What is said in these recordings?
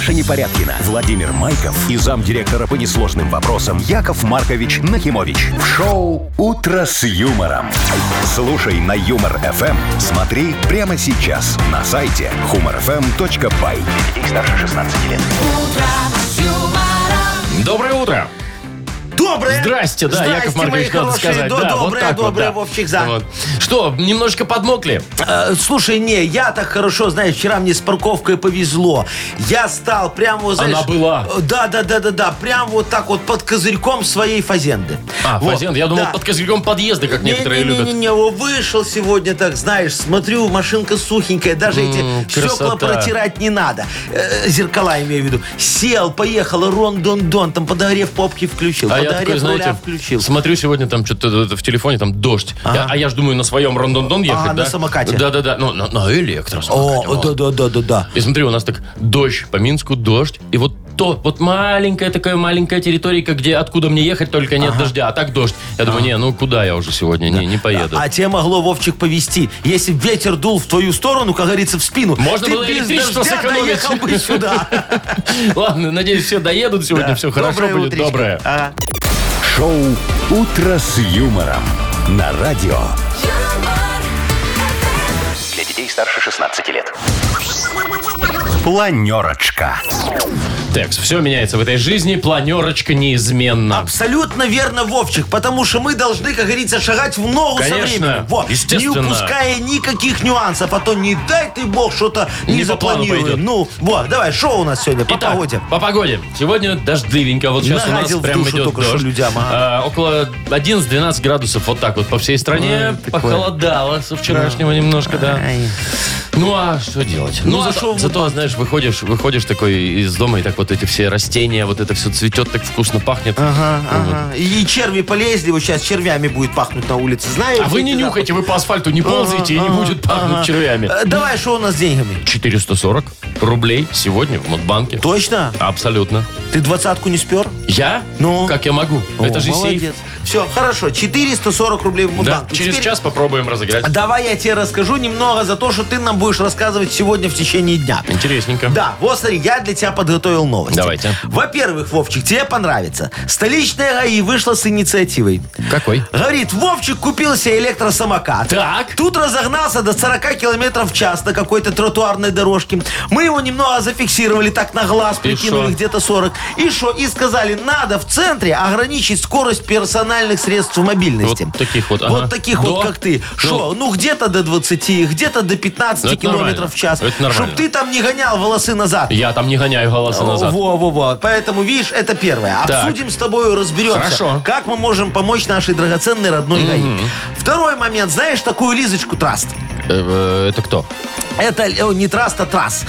Маша Непорядкина, Владимир Майков и замдиректора по несложным вопросам Яков Маркович Нахимович. В шоу «Утро с юмором». Слушай на Юмор-ФМ. Смотри прямо сейчас на сайте humorfm.by. Для детей старше 16 лет. Доброе утро. Доброе. Здрасте, да, Яков Маркович, надо сказать. Да, вот так вот, доброе, да. Вовчик, за. Вот. Что, немножечко подмокли? Слушай, не, я так хорошо, знаешь, вчера мне с парковкой повезло. Я стал прямо, вот, знаешь... Она была? Да, прям вот так вот под козырьком своей фазенды. Фазенда, я думал, да. под козырьком подъезда, как некоторые любят. Не, вышел сегодня так, знаешь, смотрю, машинка сухенькая, даже эти стекла протирать не надо. Зеркала, имею в виду. Сел, поехал, рон-дон-дон, там подогрев попки включил. А я такой, знаете, смотрю сегодня там что-то в телефоне, там дождь. А я ж думаю на своем рондондон ехать, да? на самокате. Да. Ну, на электросамокате. Да. И смотри, у нас так дождь, по Минску дождь. И вот маленькая территория, где откуда мне ехать, только нет дождя. А так дождь. Я думаю, куда я уже сегодня? Не поеду. А тебе могло, Вовчик, повезти. Если бы ветер дул в твою сторону, как говорится, в спину, можно было ты без электричество дождя сэкономить. доехал бы сюда. Ладно, надеюсь, все доедут сегодня, все хорошо будет, доброе. Шоу «Утро с юмором» на радио. Для детей старше 16 лет. Планерочка. Так, все меняется в этой жизни, планерочка неизменна. Абсолютно верно, Вовчик, потому что мы должны, как говорится, шагать в ногу со временем. Естественно. Не упуская никаких нюансов, а то не дай ты бог что-то не запланируем. Давай, шоу у нас сегодня по погоде. По погоде. Сегодня дождливенько. Вот сейчас Нагадил у нас прям идет только дождь. что людям. Около 11-12 градусов вот так вот по всей стране. Похолодало со вчерашнего немножко, да. Ну, а что делать? Зато, знаешь, выходишь такой из дома, и так вот эти все растения, вот это все цветет, так вкусно пахнет. Ага. И черви полезли, вот сейчас червями будет пахнуть на улице. Знаешь? А вы не нюхайте, вы по асфальту не ползайте, и не будет пахнуть червями. Давай, что у нас с деньгами? 440 рублей сегодня в Мудбанке. Точно? Абсолютно. Ты 20-ку не спер? Я? Ну? Как я могу? Это же молодец. сейф. Все, хорошо, 440 рублей в Да, Мудбанке. через час попробуем разыграть. Давай я тебе расскажу немного за то, что ты нам будешь рассказывать сегодня в течение дня. Интересненько. Да, вот смотри, я для тебя подготовил новости. Давайте. Во-первых, Вовчик, тебе понравится. Столичная ГАИ вышла с инициативой. Какой? Говорит, Вовчик купил себе электросамокат. Так. Тут разогнался до 40 километров в час на какой-то тротуарной дорожке. Мы его немного зафиксировали так на глаз, прикинули где-то 40. И сказали, надо в центре ограничить скорость персональных средств мобильности. Вот таких вот, Вот таких вот, как ты. Где-то до 20, где-то до 15 километров в час. Это нормально. Чтоб ты там не гонял волосы назад. Я там не гоняю голоса назад. Во. Поэтому, видишь, это первое. Так. Обсудим с тобой, разберемся. Хорошо. Как мы можем помочь нашей драгоценной родной ГАИ. Второй момент. Знаешь такую Лизочку Траст? Это кто? Это не Траст, а Трасс.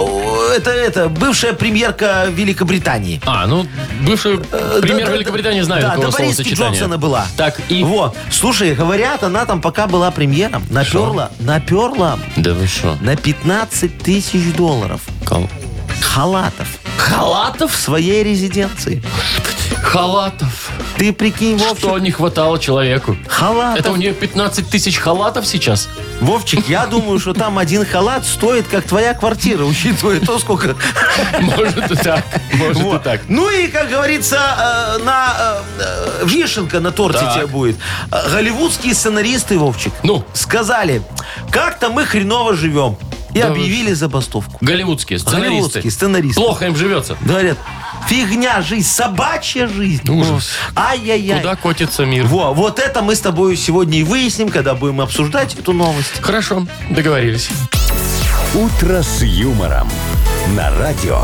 Это бывшая премьерка Великобритании. Бывший премьер Великобритании знает такого Борис словосочетания. Джонсона была. Так, и... Слушай, говорят, она там пока была премьером, наперла Да вы что? на 15 тысяч долларов. Халатов. Халатов? В своей резиденции. Халатов. Ты прикинь, Вовчик. Что не хватало человеку? Халатов. Это у нее 15 тысяч халатов сейчас? Вовчик, я думаю, что там один халат стоит, как твоя квартира, учитывая то, сколько... Может и так. Может и так. Ну и, как говорится, вишенка на торте тебе будет. Голливудские сценаристы, Вовчик, сказали, как-то мы хреново живем. И объявили забастовку. Голливудские сценаристы. Плохо им живется. Говорят, фигня жизнь, собачья жизнь. Ужас. Ай-яй-яй. Куда котится мир? Вот это мы с тобой сегодня и выясним, когда будем обсуждать эту новость. Хорошо, договорились. «Утро с юмором» на радио.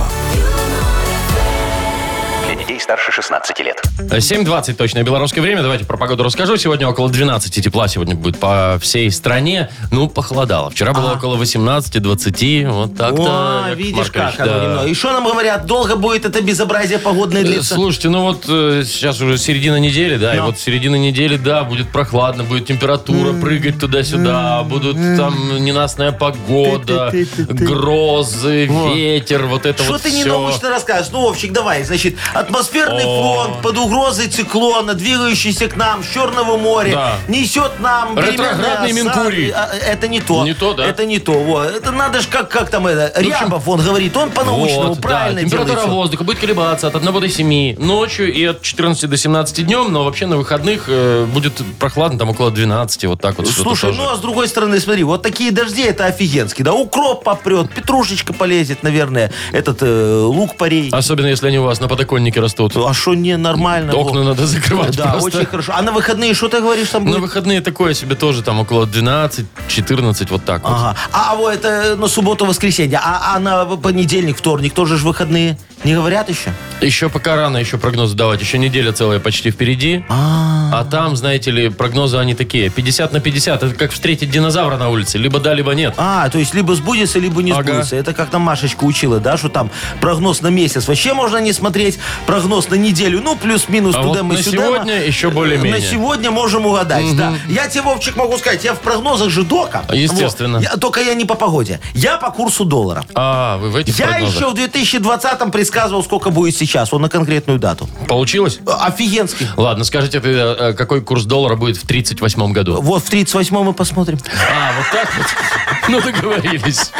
Для детей старше 16 лет. 7:20 точное белорусское время. Давайте про погоду расскажу. Сегодня около 12 тепла сегодня будет по всей стране. Похолодало. Вчера было около 18-20. Вот так-то. Видишь, как оно немного. И что нам говорят? Долго будет это безобразие погодное длиться? Слушайте, сейчас уже середина недели, да, и вот середина недели, да, будет прохладно, будет температура прыгать туда-сюда, будут там ненастная погода, грозы, ветер, вот это Что вот ты все. ненаучно рассказываешь? Вовчик, давай, значит, от Атмосферный фронт под угрозой циклона, двигающийся к нам с Черного моря, несет нам ретроградный Меркурий. Это не то. Не то, да? Это не то. Вот. Это надо же, как там это, Рябов, он говорит, он по-научному правильно делает. Температура воздуха будет колебаться от 1 до 7 ночью и от 14 до 17 днем, но вообще на выходных будет прохладно, там около 12, вот так вот. Слушай, ну а с другой стороны, смотри, вот такие дожди, это офигенски, да, укроп попрет, петрушечка полезет, наверное, этот лук порей. Особенно, если они у вас на подоконнике растут. А что, не, нормально. Окна надо закрывать. Да, просто. очень хорошо. А на выходные что ты говоришь там будет? На выходные такое себе тоже, там около 12-14, вот так вот. Ага. А вот это на субботу-воскресенье, а на понедельник, вторник тоже же выходные? Не говорят еще? Еще пока рано еще прогнозы давать. Еще неделя целая почти впереди. А там, знаете ли, прогнозы они такие. 50 на 50. Это как встретить динозавра на улице. Либо да, либо нет. То есть либо сбудется, либо не сбудется. Это как нам Машечка учила, да, что там прогноз на месяц вообще можно не смотреть. Прогноз на неделю, ну, плюс-минус туда вот мы на сюда. сегодня еще более-менее. На сегодня можем угадать, да. Я тебе, Вовчик, могу сказать, я в прогнозах же дока. Естественно. Вот. Только я не по погоде. Я по курсу доллара. Вы в этих прогнозах? Я еще в 2020-м предсказывал, сколько будет сейчас. Он на конкретную дату. Получилось? Офигенский. Ладно, скажите, какой курс доллара будет в 38-м году? Вот в 38-м мы посмотрим. Вот так вот? Ну, договорились.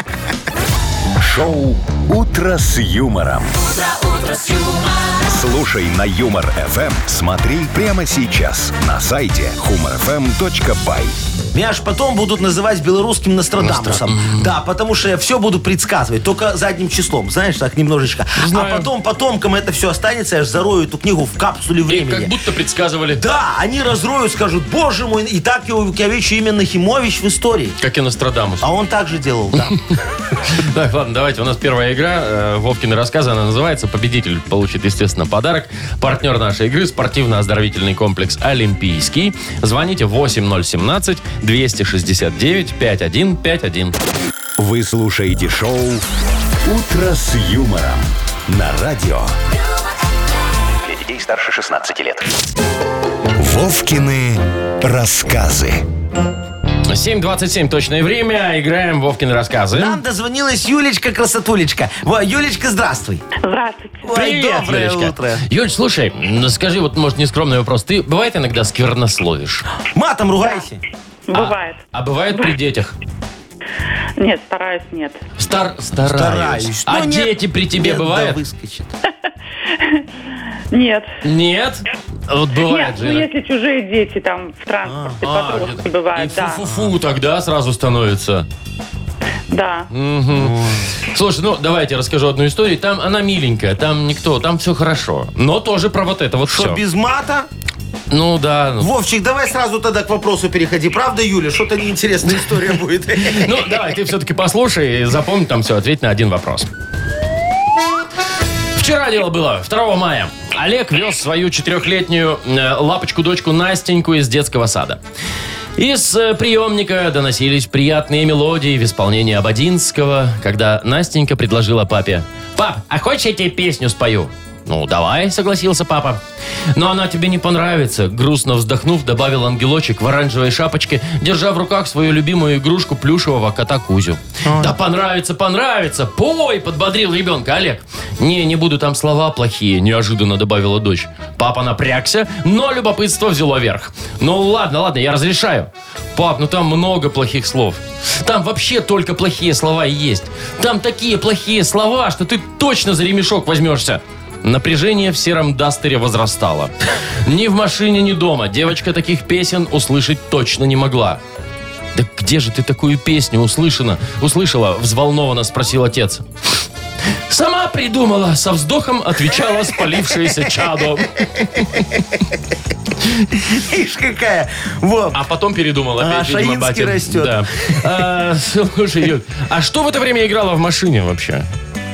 Шоу «Утро с юмором». Утро с юмором. Слушай на Юмор ФМ. Смотри прямо сейчас на сайте humorfm.by. Меня аж потом будут называть белорусским Нострадамусом. Да, потому что я все буду предсказывать, только задним числом, знаешь, так немножечко. Знаю. А потом потомкам это все останется, я ж зарою эту книгу в капсуле времени. Как будто предсказывали. Да, они разроют, скажут, боже мой, и так Яковлевич именно Нахимович в истории. Как и Нострадамус. А он так же делал, да. Так, ладно, давайте. У нас первая игра. Вовкины рассказы, она называется. Победитель получит, естественно, подарок. Партнер нашей игры — спортивно-оздоровительный комплекс «Олимпийский». Звоните 8017-269-5151. Вы слушаете шоу «Утро с юмором» на радио. Для детей старше 16 лет. Вовкины рассказы. 7:27 точное время. Играем в Вовкины рассказы. Нам дозвонилась Юлечка-красотулечка. Юлечка, здравствуй. Здравствуйте. Привет, доброе Юлечка. утро. Юль, слушай, скажи, вот, может, нескромный вопрос. Ты, бывает, иногда сквернословишь? Матом ругайся. Бывает. А бывает при детях? Нет, стараюсь, нет. Стараюсь. А Ну, нет, дети при тебе нет, бывают? Да, выскочит. Нет. Нет? Вот бывает Нет, же. если чужие дети там в транспорте, подростки бывают, и да. фу-фу-фу тогда сразу становится. Да. Слушай, ну давайте расскажу одну историю. Там она миленькая, там никто, там все хорошо. Но тоже про вот это вот Что, все. без мата? Ну да. Вовчик, давай сразу тогда к вопросу переходи. Правда, Юля? Что-то неинтересная история будет. Ну давай, ты все-таки послушай и запомни там все, ответь на один вопрос. Вчера дело было, 2 мая. Олег вез свою 4-летнюю лапочку-дочку Настеньку из детского сада. Из приемника доносились приятные мелодии в исполнении Ободзинского, когда Настенька предложила папе: «Пап, а хочешь, я тебе песню спою?» «Ну, давай», — согласился папа. «Но она тебе не понравится», — грустно вздохнув, добавил ангелочек в оранжевой шапочке, держа в руках свою любимую игрушку плюшевого кота Кузю. «Да понравится, понравится! Пой!» — подбодрил ребенка Олег. Не буду, там слова плохие», — неожиданно добавила дочь. Папа напрягся, но любопытство взяло верх. «Ну ладно, я разрешаю». «Пап, ну там много плохих слов. Там вообще только плохие слова и есть. Там такие плохие слова, что ты точно за ремешок возьмешься». Напряжение в сером дастере возрастало. Ни в машине, ни дома девочка таких песен услышать точно не могла. «Да где же ты такую песню услышала?» Взволнованно спросил отец. «Сама придумала», — со вздохом отвечала спалившееся чадо. Ишь, какая. Во. А потом передумала опять, видимо, Шаинский батя. растет. Да. Слушай, Юль, а что в это время играла в машине вообще?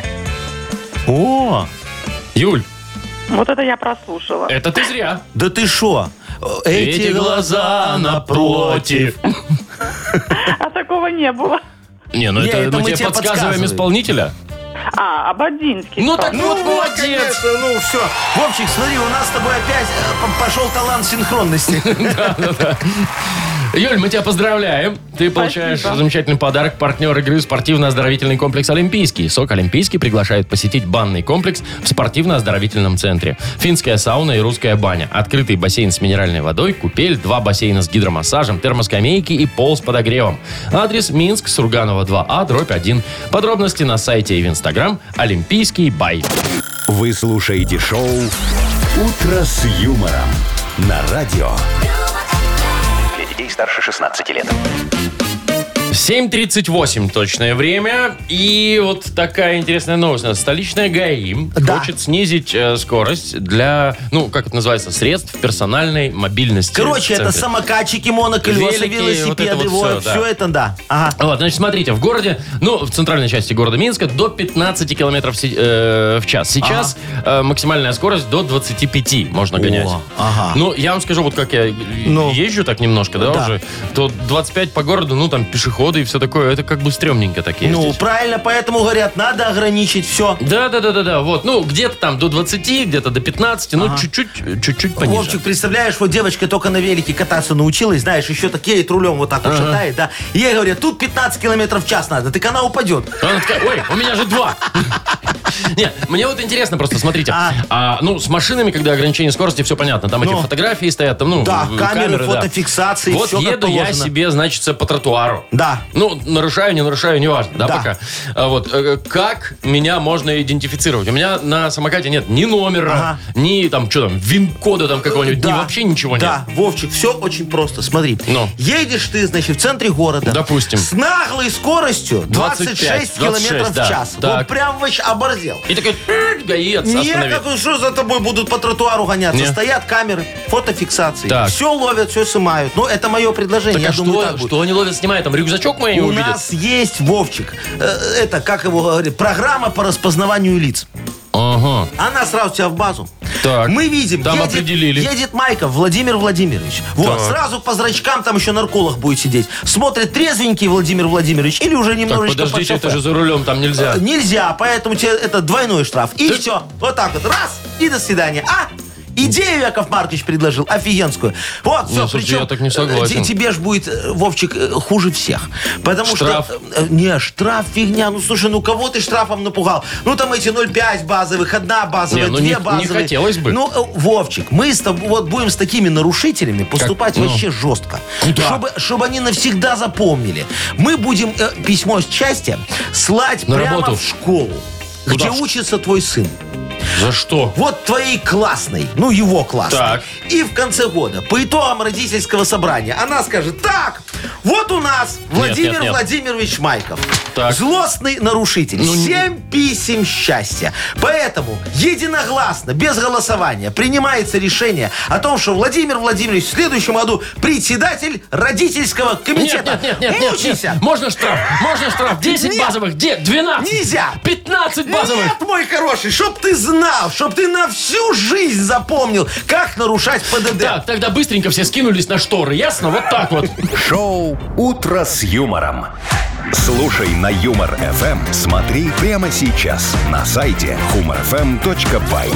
О, Юль, Вот это я прослушала. это ты зря. да ты шо? Эти глаза напротив. А такого не было. Не, ну Не, это это мы мы тебе тебе подсказываем подсказываем. исполнителя. Ободзинский. Ну так вот, молодец. конечно, ну все. Вовчик, смотри, у нас с тобой опять пошел талант синхронности. Юль, мы тебя поздравляем. Ты получаешь замечательный подарок. Партнер игры спортивно-оздоровительный комплекс «Олимпийский». СОК «Олимпийский» приглашает посетить банный комплекс в спортивно-оздоровительном центре. Финская сауна и русская баня. Открытый бассейн с минеральной водой, купель, 2 бассейна с гидромассажем, термоскамейки и пол с подогревом. Адрес: Минск, Сурганова 2А, дробь 1. Подробности на сайте и в Инстаграм «Олимпийский бай». Вы слушаете шоу «Утро с юмором» на радио. Для детей старше 16 лет. 7:38 точное время. И вот такая интересная новость. Столичная ГАИ хочет снизить скорость для, как это называется, средств персональной мобильности. Короче, это самокатчики, моноколеса, велосипеды, все это, да. Ага. Вот, значит, смотрите, в городе, в центральной части города Минска до 15 километров в час. Сейчас максимальная скорость до 25 можно гонять. Я вам скажу, вот как я езжу так немножко, уже, то 25 по городу, там пешеходы и все такое, это как бы стрёмненько так ездить. Правильно, поэтому говорят, надо ограничить все. Да, вот, где-то там до 20, где-то до 15, чуть-чуть пониже. Вовчик, представляешь, вот девочка только на велике кататься научилась, знаешь, еще так едет рулем вот так вот шатает, да, и ей говорят, тут 15 километров в час надо, так она упадет. Она такая, ой, у меня же 2. Нет, мне вот интересно просто, смотрите, с машинами, когда ограничение скорости, все понятно, там эти фотографии стоят, там, камеры, фотофиксации, вот все еду я себе, значит, по тротуару. Да. Нарушаю, не нарушаю, неважно, да, пока. Как меня можно идентифицировать? У меня на самокате нет ни номера, ни ВИН-кода какого-нибудь, вообще ничего нет. Да, Вовчик, все очень просто, смотри. Едешь ты, значит, в центре города. Допустим. С наглой скоростью 26 километров в час. Вот прям вообще оборзел. И такой, ГАИ останови. Нет, что за тобой будут по тротуару гоняться? Нет. Стоят камеры, фотофиксации. Так. Все ловят, все снимают. Это мое предложение. Так, я думаю, так будет. Что они ловят, снимают? Там рюкзачок мой не увидят? У нас есть, Вовчик, как его говорят, программа по распознаванию лиц. Ага. Она сразу тебя в базу. Так, мы видим, там определили. едет Майков Владимир Владимирович. Вот, сразу по зрачкам там еще нарколог будет сидеть. Смотрит, трезвенький Владимир Владимирович или уже немножечко подождите, это же за рулем, там нельзя. Нельзя, поэтому тебе это двойной штраф. И все, вот так вот, раз, и до свидания. Идею Яков Маркович предложил, офигенскую. Вот, все, причем я так не согласен. тебе ж будет, Вовчик, хуже всех. Потому штраф? Что... Не, штраф фигня. Слушай, кого ты штрафом напугал? Там эти 0,5 базовых, 1 базовая, 2 базовые. Не хотелось бы. Вовчик, мы с тобой будем с такими нарушителями поступать вообще жестко. Чтобы они навсегда запомнили. Мы будем письмо счастья слать на прямо работу. в школу, где учится твой сын. За что? Вот твоей классной, его классной. Так. И в конце года, по итогам родительского собрания, она скажет, так, вот у нас Владимир Владимирович Майков. Так. Злостный нарушитель. 7 писем счастья. Поэтому единогласно, без голосования, принимается решение о том, что Владимир Владимирович в следующем году председатель родительского комитета. Нет. Можно штраф. 10 базовых, 12. Нельзя. 15 базовых. Нет, мой хороший, чтоб ты знал, чтоб ты на всю жизнь запомнил, как нарушать ПДД. Так, тогда быстренько все скинулись на шторы, ясно? Вот так вот. Шоу «Утро с юмором». Слушай на Юмор ФМ. Смотри прямо сейчас на сайте humorfm.by.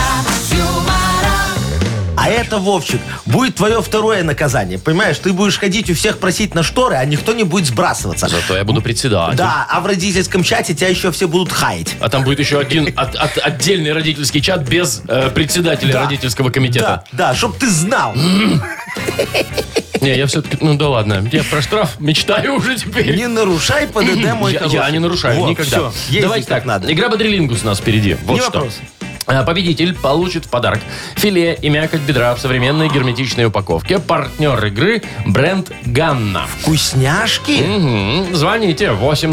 А это, Вовчик, будет твое второе наказание. Понимаешь, ты будешь ходить у всех просить на шторы, а никто не будет сбрасываться. Зато я буду председателем. Да, а в родительском чате тебя еще все будут хаять. А там будет еще один отдельный родительский чат без председателя родительского комитета. Да, чтоб ты знал. Не, я все-таки, ладно. Я про штраф мечтаю уже теперь. Не нарушай ПДД, мой хороший. Я не нарушаю никогда. Все, давайте так, игра «Бодрилингус» у нас впереди. Вот не что. вопрос. Победитель получит в подарок филе и мякоть бедра в современной герметичной упаковке. Партнер игры – бренд «Ганна». Вкусняшки? Угу. Звоните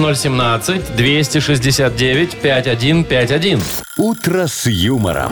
8017-269-5151. «Утро с юмором».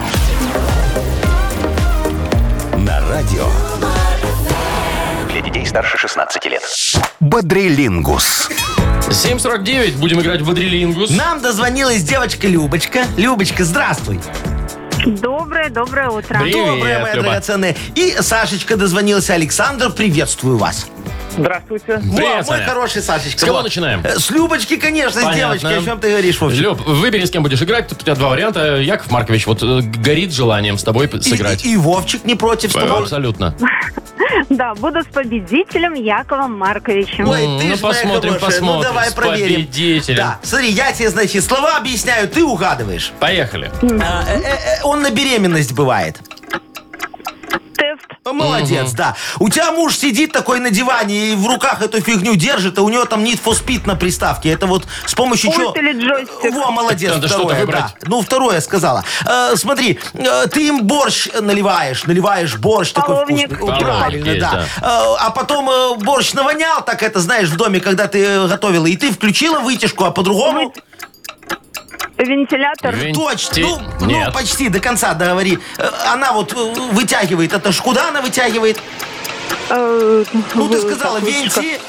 На радио. Для детей старше 16 лет. «Бодрилингус». 7:49. Будем играть в «Бодрилингус». Нам дозвонилась девочка Любочка. Любочка, здравствуй. Доброе утро. Привет, Доброе, моя Люба. драгоценная. И Сашечка дозвонился. Александр, приветствую вас. Здравствуйте. Привет, мой Саня. хороший Сашечка. С кого начинаем? С Любочки, конечно, Понятно. с девочкой. О чем ты говоришь, Вовчик? Люб, выбери, с кем будешь играть. Тут у тебя два варианта. Яков Маркович вот горит желанием с тобой сыграть. И Вовчик не против с тобой? Абсолютно. Да, буду с победителем Яковом Марковичем. Ой, ты Ну, ж моя посмотрим, хорошая. посмотрим. Ну, давай С проверим. победителем. Да, смотри, я тебе, значит, слова объясняю, ты угадываешь. Поехали. Он на беременность бывает. Тест. Молодец, да. У тебя муж сидит такой на диване и в руках эту фигню держит, а у него там Need for Speed на приставке. Это вот с помощью чего... Пульт или джойстик? Во, молодец, Надо второе, что-то выбрать. да. Ну, второе сказала. Смотри, ты им борщ наливаешь борщ такой Половник. вкусный. О, правильно, Есть, да. А потом борщ навонял, так это, знаешь, в доме, когда ты готовила, и ты включила вытяжку, а по-другому... Вентилятор. Точно. Ну, Нет. почти до конца договори. Она вот вытягивает. Это ж куда она вытягивает? Ну, ты сказала, венти...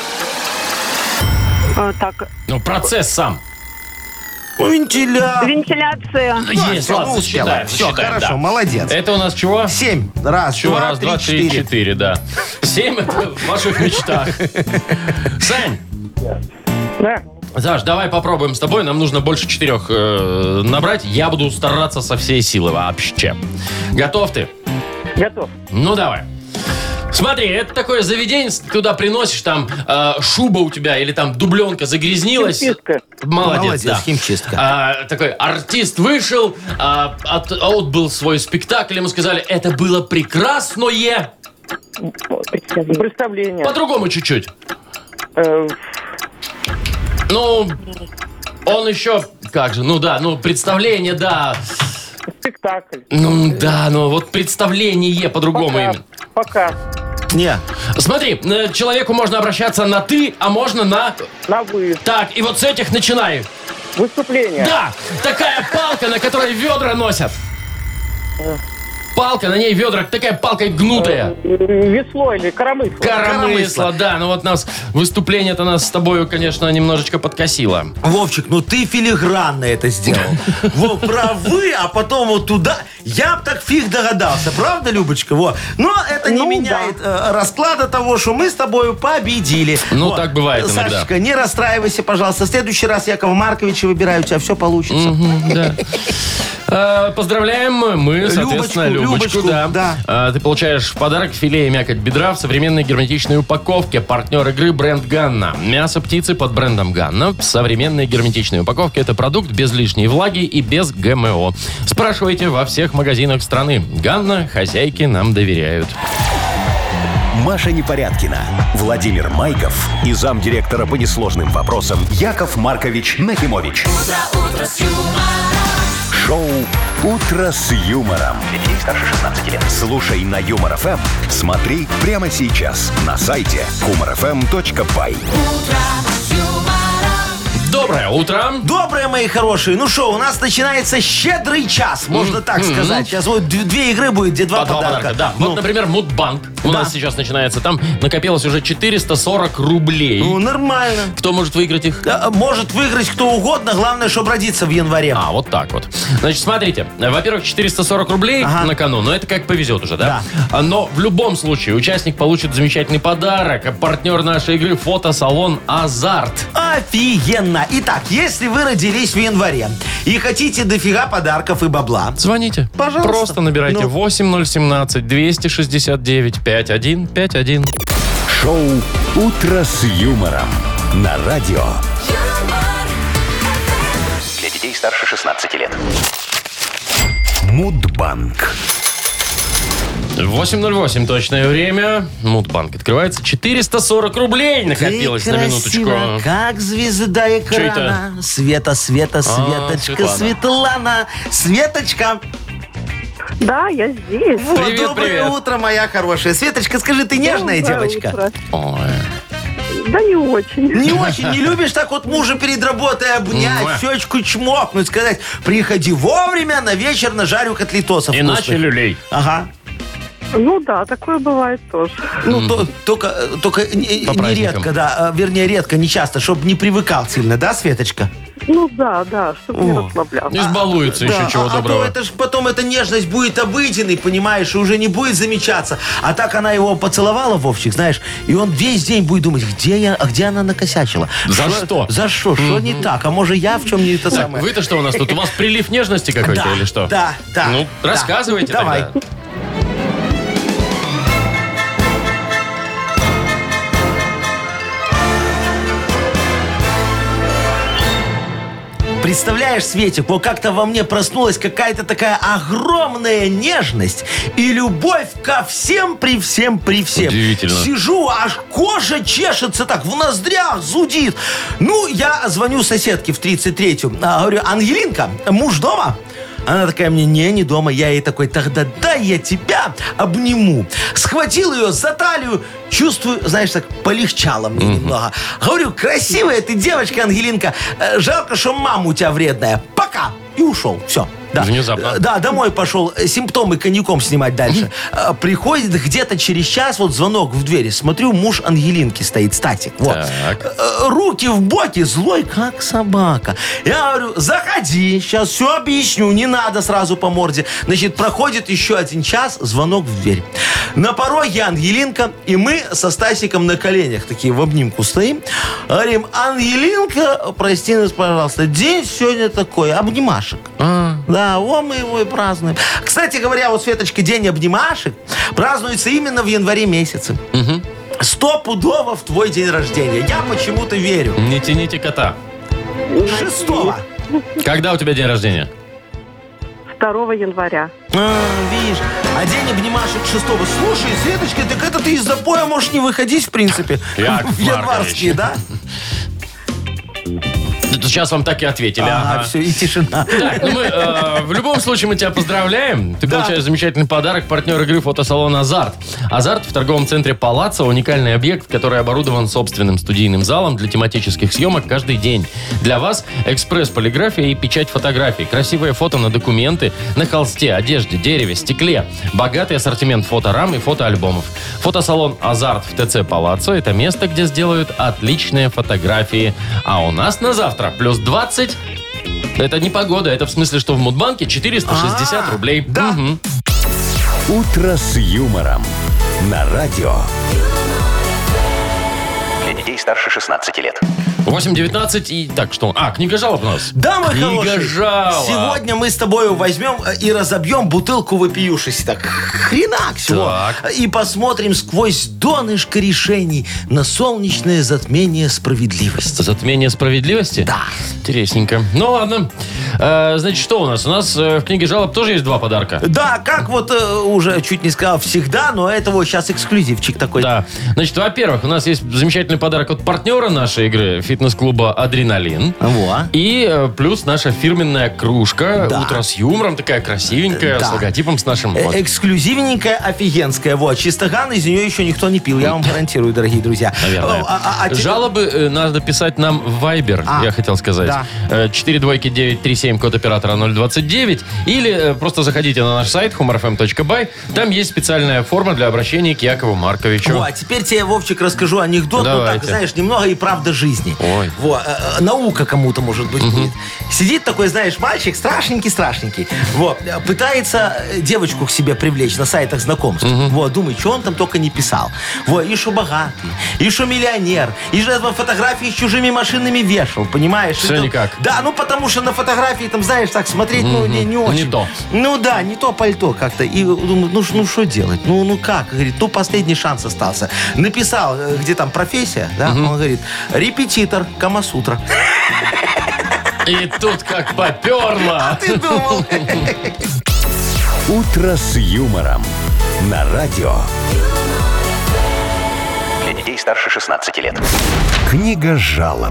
Так, Ну, процесс сам. вентиляция. Есть, ладно, засчитаем. Все, хорошо, да. молодец. Это у нас чего? 7. Раз, Чего? два, Раз, два, три, три, 4. 4, да. 7 это в ваших мечтах. Сань. Да. Саш, давай попробуем с тобой. Нам нужно больше 4 набрать. Я буду стараться со всей силы вообще. Готов ты? Готов. Ну, давай. Смотри, это такое заведение, туда приносишь, там шуба у тебя или там дубленка загрязнилась. Химчистка. Молодец, да. химчистка. Такой артист вышел, отбыл свой спектакль, ему сказали, это было прекрасное. Представление. По-другому чуть-чуть. Э, Ну, он еще, как же, ну да, ну представление, да. Спектакль. Ну да, ну вот представление по-другому именно. Пока. Не. Смотри, человеку можно обращаться на «ты», а можно на... На вы. Так, и вот с этих начинай. Выступление. Да, такая палка, на которой ведра носят. Палка, на ней ведра, такая палка гнутая. Весло или коромысло. Коромысло, да. Ну вот нас, выступление-то нас с тобою, конечно, немножечко подкосило. Вовчик, ну ты филигранно это сделал. Во, про «вы», а потом вот туда. Я б так фиг догадался. Правда, Любочка? Во. Но это не меняет расклада того, что мы с тобою победили. Ну, Во. так бывает иногда. Сашечка, не расстраивайся, пожалуйста. В следующий раз Якова Марковича выбираю. У тебя все получится. Да. Поздравляем мы, соответственно, Любочку. Да. Ты получаешь в подарок филе и мякоть бедра в современной герметичной упаковке. Партнер игры бренд Ганна. Мясо птицы под брендом Ганна в современной герметичной упаковке. Это продукт без лишней влаги и без ГМО. Спрашивайте во всех магазинах страны. Ганна, хозяйки нам доверяют. Маша Непорядкина, Владимир Майков и замдиректора по несложным вопросам Яков Маркович Нахимович. Шоу «Утро с юмором». Для детей старше 16 лет. Слушай на Юмор ФМ. Смотри прямо сейчас на сайте humorfm.by. Доброе утро. Доброе, мои хорошие. Ну что, у нас начинается щедрый час, можно так сказать. Сейчас вот 2 игры будет, где 2 подарка. Да. Ну, Вот, например, Мудбанк у нас сейчас начинается. Там накопилось уже 440 рублей. ну, нормально. Кто может выиграть их? Может выиграть кто угодно, главное, чтобы родиться в январе. А, вот так вот. Значит, смотрите. Во-первых, 440 рублей на кону. Но это как повезет уже, да? Но в любом случае участник получит замечательный подарок. Партнер нашей игры — фотосалон «Азарт». Офигенно. Итак, если вы родились в январе и хотите дофига подарков и бабла, Звоните. Пожалуйста. Просто набирайте 8017-269-5151. Шоу «Утро с юмором» на радио. Для детей старше 16 лет. Мудбанк. 8:08 точное время. Мудбанк открывается. 440 рублей накопилось ты на красива, минуточку. как звезда экрана. Света, Светочка, Светлана. Светлана. Светочка. Да, я здесь. Вот, Привет, доброе привет. утро, моя хорошая. Светочка, скажи, ты нежная Доброе девочка? утро. Ой. Да не очень. Не очень, не любишь так вот мужа перед работой обнять, Муа. щечку чмокнуть, сказать, приходи вовремя, на вечер нажарю котлетосов Иначе вкусных. люлей. Ага. Ну да, такое бывает тоже. Ну, только По праздникам. нередко, да, вернее, редко, не часто, чтобы не привыкал сильно, да, Светочка? Ну да, чтобы не расслаблялся. Избалуется еще чего доброго. А то это ж потом эта нежность будет обыденной, понимаешь, и уже не будет замечаться. А так она его поцеловала, Вовчик, знаешь, и он весь день будет думать, где она накосячила. За что? За что? Что не так? А может, я в чем не это Так, самое? вы-то что у нас тут? У вас прилив нежности какой-то или что? Да. Ну, рассказывайте Давай. тогда. Представляешь, Светик, вот как-то во мне проснулась какая-то такая огромная нежность и любовь ко всем при всем. Удивительно. Сижу, аж кожа чешется так, в ноздрях зудит. Ну, я звоню соседке в 33-ю. Говорю, Ангелинка, муж дома? Она такая мне, не дома. Я ей такой, тогда дай я тебя обниму. Схватил ее за талию, чувствую, знаешь, так полегчало мне немного. Говорю, красивая ты девочка, Ангелинка. Жалко, что мама у тебя вредная. Пока. И ушел. Все. Да. Внезапно. Да, домой пошел симптомы коньяком снимать дальше. Приходит где-то через час, вот звонок в двери. Смотрю, муж Ангелинки стоит, Статик. Вот. Так. Руки в боки, злой как собака. Я говорю, заходи, сейчас все объясню, не надо сразу по морде. Значит, проходит еще 1 час, звонок в дверь. На пороге Ангелинка, и мы со Стасиком на коленях такие в обнимку стоим. Говорим, Ангелинка, прости нас, пожалуйста, день сегодня такой, обнимашек. Да, мы его и празднуем. Кстати говоря, вот, Светочка, день обнимашек празднуется именно в январе месяце. Стопудово в твой день рождения. Я почему-то верю. Не тяните кота. 6-го. Когда у тебя день рождения? 2 января. Видишь, а день обнимашек 6-го. Слушай, Светочка, так это ты из запоя можешь не выходить, в принципе. Яков В январские, да? Сейчас вам так и ответили. Ага. Все, и тишина. Так, ну мы в любом случае мы тебя поздравляем. Ты Да. получаешь замечательный подарок. Партнер игры фотосалон «Азарт». «Азарт» в торговом центре «Палаццо» — уникальный объект, который оборудован собственным студийным залом для тематических съемок каждый день. Для вас экспресс-полиграфия и печать фотографий. Красивые фото на документы, на холсте, одежде, дереве, стекле. Богатый ассортимент фоторам и фотоальбомов. Фотосалон «Азарт» в ТЦ «Палаццо» — это место, где сделают отличные фотографии. А у нас на завтра плюс 20. Это не погода, это в смысле, что в Мудбанке 460 рублей. да. Мгм. «Утро с юмором» на радио. Для детей старше 16 лет. 8:19 и так что? Книга жалоб у нас. Да, мой Книга хороший. жалоб. Сегодня мы с тобой возьмем и разобьем бутылку вопиюшести. Так, хренак всего. Так. И посмотрим сквозь донышко решений на солнечное затмение справедливости. Затмение справедливости? Да. Интересненько. Ну ладно. Значит, что у нас? У нас в книге жалоб тоже есть 2 подарка. Да, как вот уже чуть не сказал всегда, но это вот сейчас эксклюзивчик такой. Да. Значит, во-первых, у нас есть замечательный подарок от партнера нашей игры, фитнес-клуба «Адреналин». Во. И плюс наша фирменная кружка Да. «Утро с юмором», такая красивенькая, Да. с логотипом с нашим. Вот. Эксклюзивненькая, офигенская. Вот, чистоган из нее еще никто не пил. Я вам гарантирую, дорогие друзья. Наверное. Тебе- Жалобы надо писать нам в Viber, я хотел сказать. Да. 42937, код оператора 029. Или просто заходите на наш сайт humorfm.by. Там есть специальная форма для обращения к Якову Марковичу. Во, а теперь тебе, Вовчик, расскажу анекдот. Ну Давайте. так, знаешь, немного и правда жизни. Ой. Во, наука кому-то, может быть, будет. Сидит такой, знаешь, мальчик страшненький. Вот, пытается девочку к себе привлечь на сайтах знакомств. Вот, думает, что он там только не писал. Вот, и что богатый, и что миллионер, и что фотографии с чужими машинами вешал, понимаешь? Всё И там- никак. Да, ну потому что на фотографии там, знаешь, так смотреть, ну, не очень. Не то. Ну да, не то пальто как-то. И думаю, ну что делать? Ну как? Говорит, последний шанс остался. Написал, где там профессия, да? Он говорит, репетитор Камасутра. И тут как поперло. Ты думал? «Утро с юмором» на радио. Для детей старше 16 лет. Книга жалоб.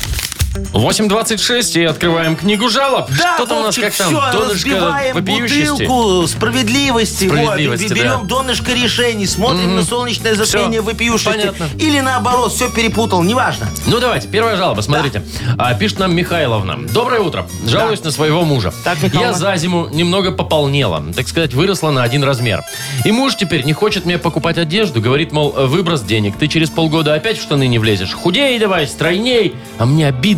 8:26 и открываем книгу жалоб. Да, Что-то у нас Вовчик, как там всё, донышко разбиваем вопиющести. бутылку справедливости. Справедливости, Вот, берем да. донышко решений, смотрим на солнечное затмение Всё, вопиющести. понятно. Или наоборот, все перепутал, неважно. Ну, давайте, первая жалоба, смотрите. Пишет нам Михайловна. Доброе утро. Жалуюсь на своего мужа. Так, Михайловна. Я за зиму немного пополнела. Так сказать, выросла на 1 размер. И муж теперь не хочет мне покупать одежду. Говорит, мол, выброс денег. Ты через полгода опять в штаны не влезешь. Худей давай, стройней. А мне обидно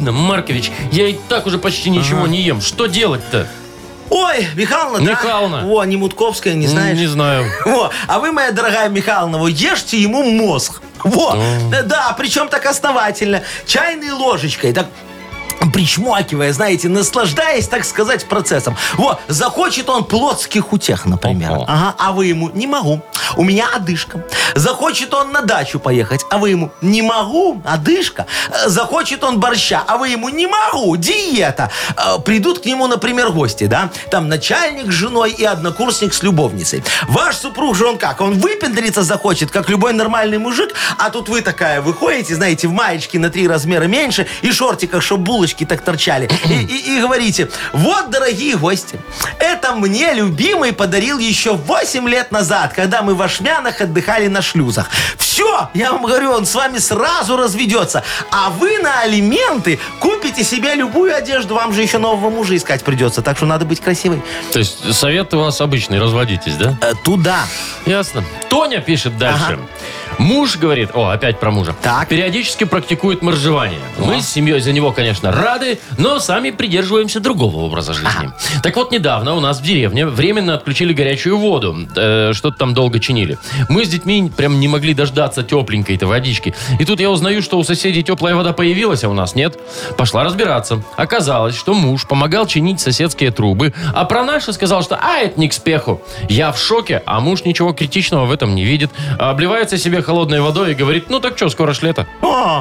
стыдно, Маркович. Я и так уже почти ничего не ем. Что делать-то? Ой, Михайловна, Михайловна. Да? О, не Мутковская, не знаешь? Не знаю. О, а вы, моя дорогая Михайловна, вот ешьте ему мозг. Во, да, причем так основательно. Чайной ложечкой, так причмокивая, знаете, наслаждаясь, так сказать, процессом. Вот, захочет он плотских утех, например. Ага, а вы ему: не могу, у меня одышка. Захочет он на дачу поехать, а вы ему: не могу, одышка. Захочет он борща, а вы ему: не могу, диета. Придут к нему, например, гости, да? Там начальник с женой и однокурсник с любовницей. Ваш супруг же он как? Он выпендриться захочет, как любой нормальный мужик, а тут вы такая выходите, знаете, в маечке на 3 размера меньше и шортиках, чтобы булочки так торчали. И говорите: вот, дорогие гости, это мне любимый подарил еще 8 лет назад, когда мы в Ашмянах отдыхали на шлюзах. Все, я вам говорю, он с вами сразу разведется. А вы на алименты купите себе любую одежду. Вам же еще нового мужа искать придется, так что надо быть красивой. То есть совет у вас обычный: разводитесь, да? Туда. Ясно. Тоня пишет дальше. Муж говорит, опять про мужа, так, периодически практикует моржевание. Мы с семьей за него, конечно, рады, но сами придерживаемся другого образа жизни. Так вот, недавно у нас в деревне временно отключили горячую воду. Что-то там долго чинили. Мы с детьми прям не могли дождаться тепленькой-то водички. И тут я узнаю, что у соседей теплая вода появилась, а у нас нет. Пошла разбираться. Оказалось, что муж помогал чинить соседские трубы, а про наши сказал, что это не к спеху. Я в шоке, а муж ничего критичного в этом не видит. Обливается себе холодной водой и говорит: ну так что, скоро ж лето.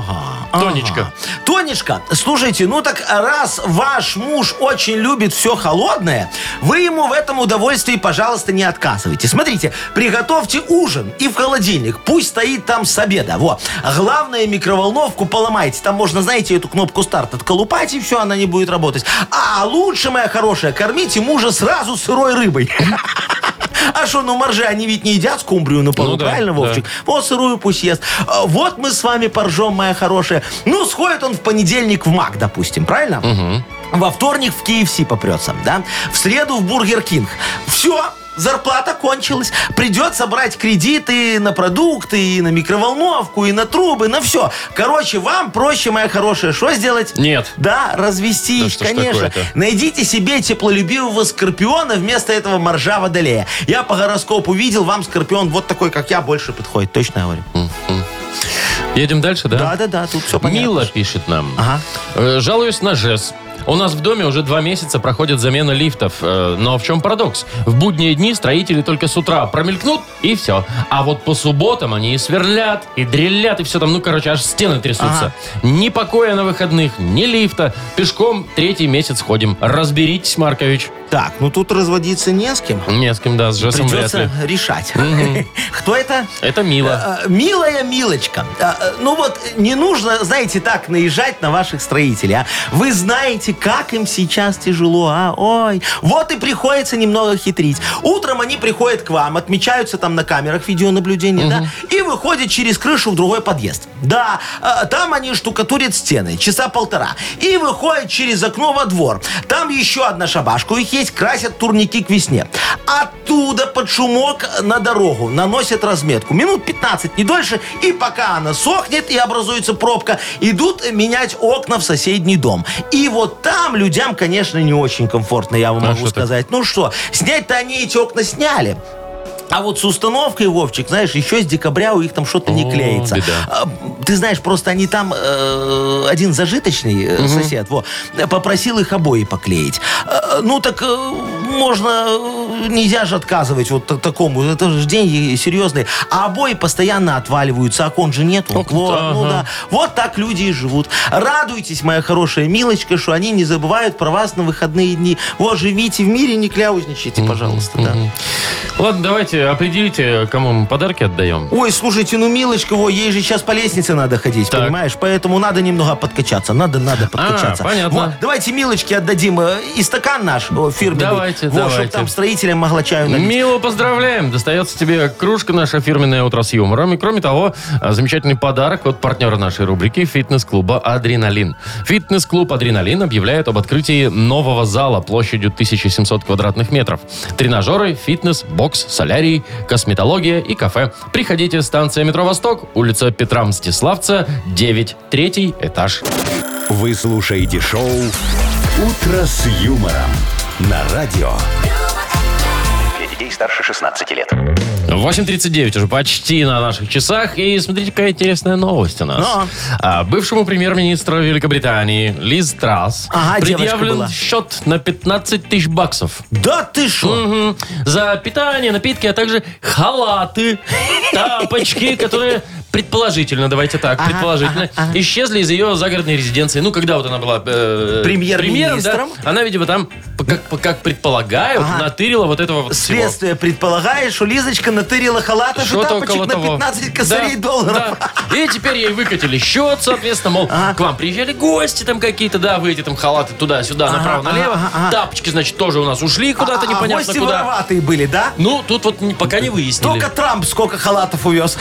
Тонечка. Тонечка, слушайте, ну так раз ваш муж очень любит все холодное, вы ему в этом удовольствии, пожалуйста, не отказывайте. Смотрите, приготовьте ужин и в холодильник. Пусть стоит там с обеда. Во. Главное, микроволновку поломайте. Там можно, знаете, эту кнопку старт отколупать, и все, она не будет работать. А лучше, моя хорошая, кормите мужа сразу сырой рыбой. А что, моржи, они ведь не едят скумбрию на полу, правильно, Вовчик? Вот сырую пусть ест. Вот мы с вами поржем, моя хорошая. Ну, сходит он в понедельник в Мак, допустим, правильно? Во вторник в KFC попрется, да? В среду в Бургер Кинг. Все, зарплата кончилась. Придется брать кредиты на продукты, и на микроволновку, и на трубы, на все. Короче, вам проще, моя хорошая, что сделать? Нет. Да, развестись, да, конечно. Найдите себе теплолюбивого скорпиона вместо этого моржа водолея. Я по гороскопу видел, вам скорпион вот такой, как я, больше подходит. Точно я говорю. Едем дальше, да? Да, тут все понятно. Мила пишет нам. Жалуюсь на ЖЭС. У нас в доме уже 2 месяца проходит замена лифтов. Но в чем парадокс? В будние дни строители только с утра промелькнут, и все. А вот по субботам они и сверлят, и дрелят, и все там, аж стены трясутся. Ни покоя на выходных, ни лифта. Пешком 3-й месяц ходим. Разберитесь, Маркович. Так, тут разводиться не с кем. Не с кем, да, с ЖЭСом вряд ли. Придется решать. Кто это? Это Мила. Милая Милочка. Не нужно, знаете, так наезжать на ваших строителей. Вы знаете, как им сейчас тяжело, Ой. Вот и приходится немного хитрить. Утром они приходят к вам, отмечаются там на камерах видеонаблюдения, да, и выходят через крышу в другой подъезд. Да, там они штукатурят стены часа 1,5. И выходят через окно во двор. Там еще одна шабашка у них есть, красят турники к весне. Оттуда под шумок на дорогу наносят разметку. Минут 15, не дольше. И пока она сохнет и образуется пробка, идут менять окна в соседний дом. И вот там людям, конечно, не очень комфортно, я вам могу сказать. Ну что, снять-то они эти окна сняли. А вот с установкой, Вовчик, знаешь, еще с декабря у них там что-то не клеится. Беда. Ты знаешь, просто они там, один зажиточный сосед, попросил их обои поклеить. Нельзя же отказывать вот такому, это же деньги серьезные. А обои постоянно отваливаются, окон же нету. Вот так люди и живут. Радуйтесь, моя хорошая Милочка, что они не забывают про вас на выходные дни. Живите в мире, не кляузничайте, пожалуйста. Да. Ладно, давайте определите, кому мы подарки отдаем. Ой, слушайте, Милочка, ей же сейчас по лестнице надо ходить, понимаешь? Поэтому надо немного подкачаться. Надо подкачаться. Понятно. Давайте Милочке отдадим и стакан наш фирменный. Давайте. Чтобы там строителям могла чаю налить. Милу поздравляем. Достается тебе кружка наша фирменная «Утро с юмором». И кроме того, замечательный подарок от партнера нашей рубрики фитнес-клуба «Адреналин». Фитнес-клуб «Адреналин» объявляет об открытии нового зала площадью 1700 квадратных метров. Тренажеры, фитнес, бокс, солярий, косметология и кафе. Приходите, станция метро «Восток», улица Петра Мстиславца, 9, 3-й этаж. Вы слушаете шоу «Утро с юмором» на радио. Для детей старше 16 лет. 8:39 уже почти на наших часах. И смотрите, какая интересная новость у нас. Бывшему премьер-министру Великобритании Лиз Трасс предъявлен счет на 15 тысяч баксов. Да ты шо? За питание, напитки, а также халаты, тапочки, которые... Предположительно, давайте так, предположительно, исчезли из ее загородной резиденции. Ну, когда вот она была премьер-министром, да, она, видимо, там, как предполагают, натырила вот этого вот всего. Следствие предполагает, что Лизочка натырила халатов и тапочек на 15 косарей долларов. Да. И теперь ей выкатили счет, соответственно, мол, к вам приезжали гости там какие-то, да, вы эти там халаты туда-сюда, направо-налево. Тапочки, значит, тоже у нас ушли куда-то непонятно гости куда. вороватые были, да? Ну, тут вот пока не выяснили. Только Трамп сколько халатов увез.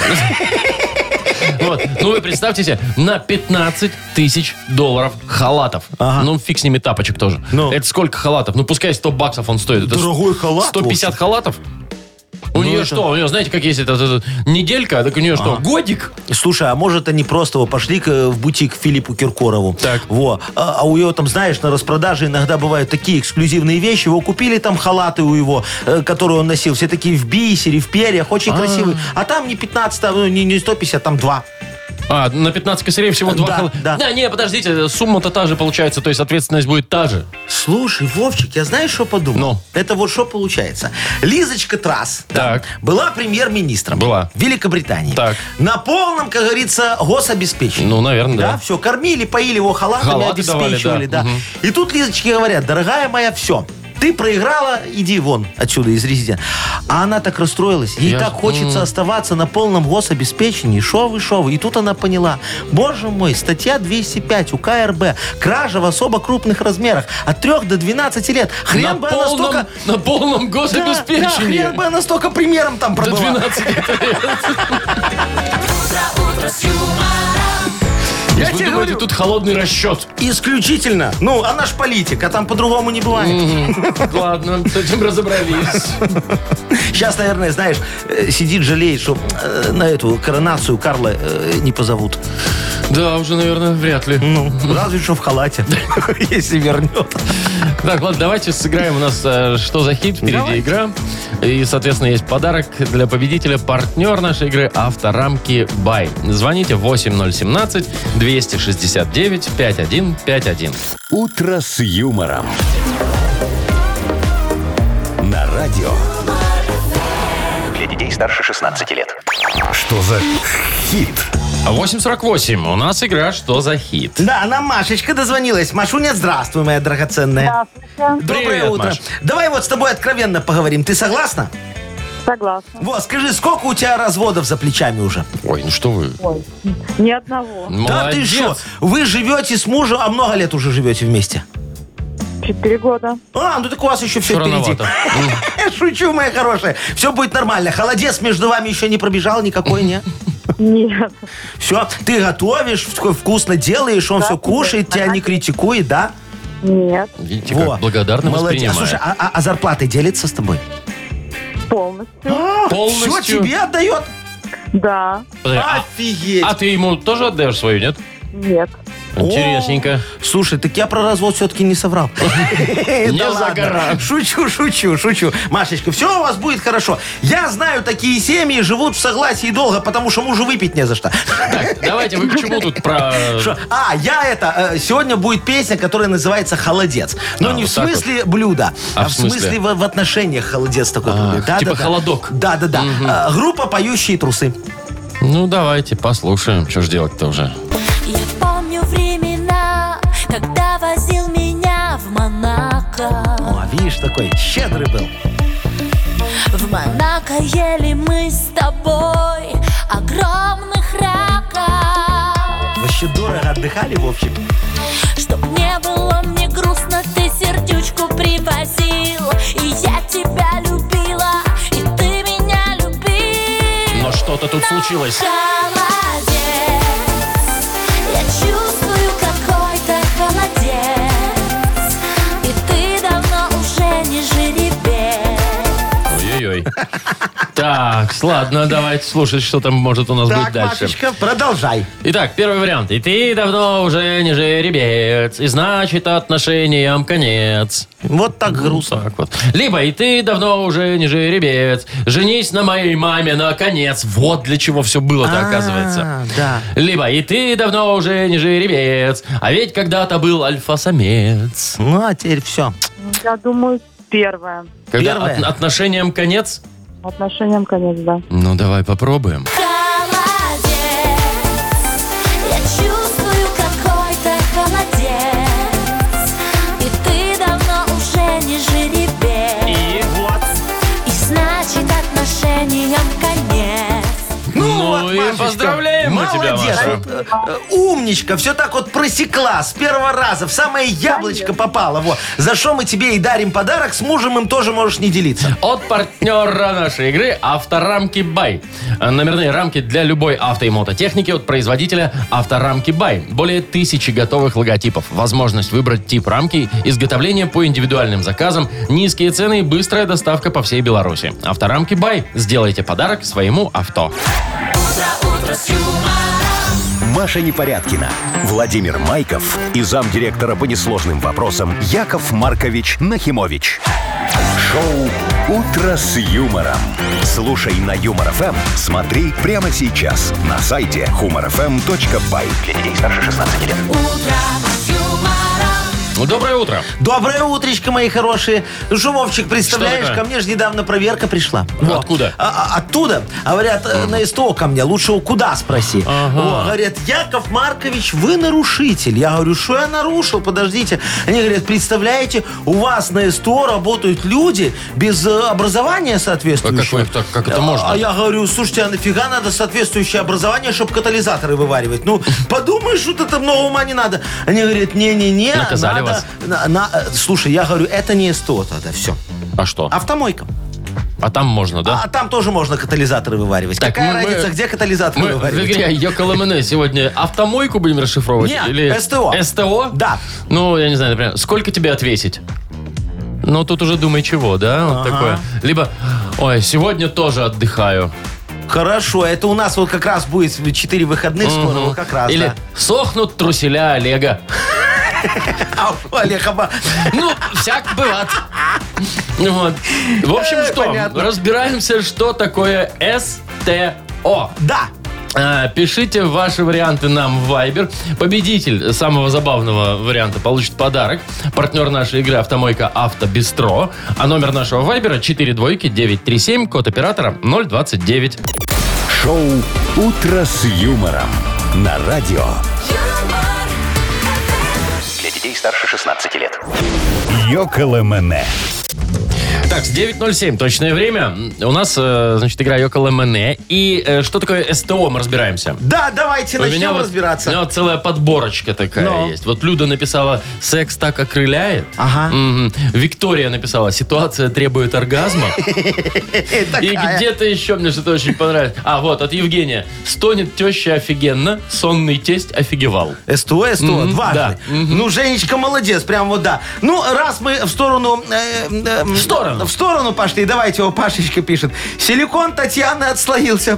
Вот. Ну, вы представьте себе, на 15 тысяч долларов халатов. Ну, фиг с ними тапочек тоже. Это сколько халатов? Ну, пускай 100 баксов он стоит. Это дорогой халат. 150 халатов? У нее что? У нее, знаете, как есть эта неделька, так у нее что, годик? Слушай, а может они просто пошли в бутик Филиппу Киркорову. Так. А у него там, знаешь, на распродаже иногда бывают такие эксклюзивные вещи. Его купили там халаты у его, которые он носил. Все такие в бисере, в перьях, очень красивые. А там не 15, не 150, там 2. На 15 косарей всего 2 халата. Да, не, подождите, сумма-то та же получается, то есть ответственность будет та же. Слушай, Вовчик, я знаешь, что подумал? Это вот что получается. Лизочка Трасс была премьер-министром Великобритании. Так. На полном, как говорится, гособеспечении. Ну, наверное, да. Все, кормили, поили его халатами, обеспечивали. Давали, да. И тут Лизочке говорят: дорогая моя, все. Ты проиграла, иди вон отсюда из резиденции. А она так расстроилась. Ей так хочется оставаться на полном гособеспечении. Шо вы. И тут она поняла. Боже мой, статья 205 УК РБ. Кража в особо крупных размерах. От 3 до 12 лет. Хрен бы она столько... На полном гособеспечении. Да, хрен бы она столько премьером там пробыла. До 12 лет. Я вы тебе думаете, говорю, тут холодный расчет? Исключительно. Ну, она ж политик, а там по-другому не бывает. Ладно, с этим разобрались. Сейчас, наверное, знаешь, сидит, жалеет, что на эту коронацию Карла не позовут. Да, уже, наверное, вряд ли. Ну, разве что в халате, если вернет. Так, ладно, давайте сыграем. У нас «Что за хит?» Впереди игра. И, соответственно, есть подарок для победителя. Партнер нашей игры — Авторамки Бай. Звоните 8017-269-5151. «Утро с юмором». На радио. Для детей старше 16 лет. Что за хит? 8:48. У нас игра «Что за хит?» Да, нам Машечка дозвонилась. Машуня, здравствуй, моя драгоценная. Доброе Привет, утро. Маш. Давай вот с тобой откровенно поговорим. Ты согласна? Согласна. Вот, скажи, сколько у тебя разводов за плечами уже? Ой, ну что вы. Ой, ни одного. Да ты что? Вы живете с мужем, а много лет уже живете вместе? 4 года. Ну так у вас еще все впереди. Рановато. Шучу, моя хорошая. Все будет нормально. Холодец между вами еще не пробежал никакой, не? Нет. Все, ты готовишь, вкусно делаешь, он все кушает, тебя не критикует, да? Нет. Видите, как благодарно Молодец. воспринимает. Слушай, а зарплатой делится с тобой? Полностью. Полностью? Все тебе отдает? Да. Подожди, Офигеть. а ты ему тоже отдаешь свою, нет? Нет. Интересненько. Слушай, так я про развод все-таки не соврал. Не Да за ладно. горами. Шучу. Машечка, все у вас будет хорошо. Я знаю, такие семьи живут в согласии долго, потому что мужу выпить не за что. Так, давайте, вы к чему тут про... Шо? Сегодня будет песня, которая называется «Холодец». Но не в вот так смысле блюда, А а в в смысле в отношениях холодец такой. будет. типа холодок. Да. Группа «Поющие трусы». Ну, давайте послушаем. Что ж делать-то уже? Я помню времена, когда возил меня в Монако. О, видишь, такой щедрый был. В Монако ели мы с тобой огромных раков. Вообще дорого отдыхали, Вовчик. Чтоб не было мне грустно, ты сердючку привозил. И я тебя любила, и ты меня любил. Но что-то тут случилось. Холодец, я чувствую, какой ты холодец. И ты давно уже не жеребец. Ой-ой-ой. Так, ладно, давайте слушать, что там может у нас быть Так, дальше. Машечка, продолжай. Итак, первый вариант. И ты давно уже не жеребец, и значит отношениям конец. Вот так грустно. Так вот. Либо и ты давно уже не жеребец, женись на моей маме наконец. Вот для чего все было-то, оказывается. Да. Либо и ты давно уже не жеребец, а ведь когда-то был альфа-самец. Ну, а теперь все. Я думаю, первое. Когда Первое. отношениям конец? Отношениям конец, да. Ну, давай попробуем. Холодец, я чувствую, какой ты холодец. И ты давно уже не жеребец. И вот. И значит отношениям конец. Ну и Машечка, поздравляем мы тебя, молодец. Маша. Вот, умничка, все так вот просекла с первого раза, в самое яблочко попала. Вот. За что мы тебе и дарим подарок, с мужем им тоже можешь не делиться. От партнера нашей игры «Авторамки Бай». Номерные рамки для любой авто и мототехники от производителя «Авторамки Бай». Более 1000 готовых логотипов. Возможность выбрать тип рамки, изготовление по индивидуальным заказам, низкие цены и быстрая доставка по всей Беларуси. «Авторамки Бай». Сделайте подарок своему авто. Маша Непорядкина, Владимир Майков и замдиректора по несложным вопросам Яков Маркович Нахимович. Шоу «Утро с юмором». Слушай на Юмор ФМ, смотри прямо сейчас на сайте humorfm.by. Для детей старше 16 лет. Ну, доброе утро. Доброе утречко, мои хорошие. Ну что, Вовчик, представляешь, Что такое? ко мне же недавно проверка пришла. Во. Откуда? Оттуда. Говорят, на СТО ко мне. Лучше у куда спроси. Во, говорят, Яков Маркович, вы нарушитель. Я говорю, что я нарушил? Подождите. Они говорят, представляете, у вас на СТО работают люди без образования соответствующего. Как это можно? А я говорю, слушайте, а нафига надо соответствующее образование, чтобы катализаторы вываривать? Ну, подумаешь, что это много ума не надо. Они говорят, не-не-не. Наказали надо, вас? Слушай, я говорю, это не СТО тогда, все. А что? Автомойка. А там можно, да? А там тоже можно катализаторы вываривать. Так, Какая мы- разница, где катализаторы Мы в вываривать? игре Йоколэмэне сегодня автомойку будем расшифровывать? Нет, Или СТО. СТО? Да. Ну, я не знаю, например, сколько тебе отвесить? Ну, тут уже думай чего, да? Вот такое. Либо, ой, сегодня тоже отдыхаю. Хорошо, это у нас вот как раз будет 4 выходных скоро, вот как раз, Или да. сохнут труселя Олега. А, Олег, Ну, всяк бывает. Вот. В общем, что, понятно. разбираемся, что такое СТО. Да. Пишите ваши варианты нам в Viber. Победитель самого забавного варианта получит подарок. Партнер нашей игры «Автомойка Автобестро». А номер нашего Вайбера 42937, код оператора 029. Шоу «Утро с юмором» на радио. Для детей старше 16 лет. Йоколэмэне. Так, 9:07 точное время. У нас, значит, игра Йоколэмэне. И что такое СТО, мы разбираемся. Да, давайте У меня начнем вот- разбираться. У меня вот целая подборочка такая Но. есть. Вот Люда написала «Секс так окрыляет». Ага. Мгм. Виктория написала «Ситуация требует оргазма». И Такая. где-то еще мне что-то очень понравилось. А, вот, от Евгения. «Стонет теща офигенно, сонный тесть офигевал». СТО, Мгм, дважды. да. Мгм. Ну, Женечка молодец, прям вот да. Ну, раз мы в сторону... сторону. В сторону пошли, давайте, его Пашечка пишет. Силикон Татьяны отслоился.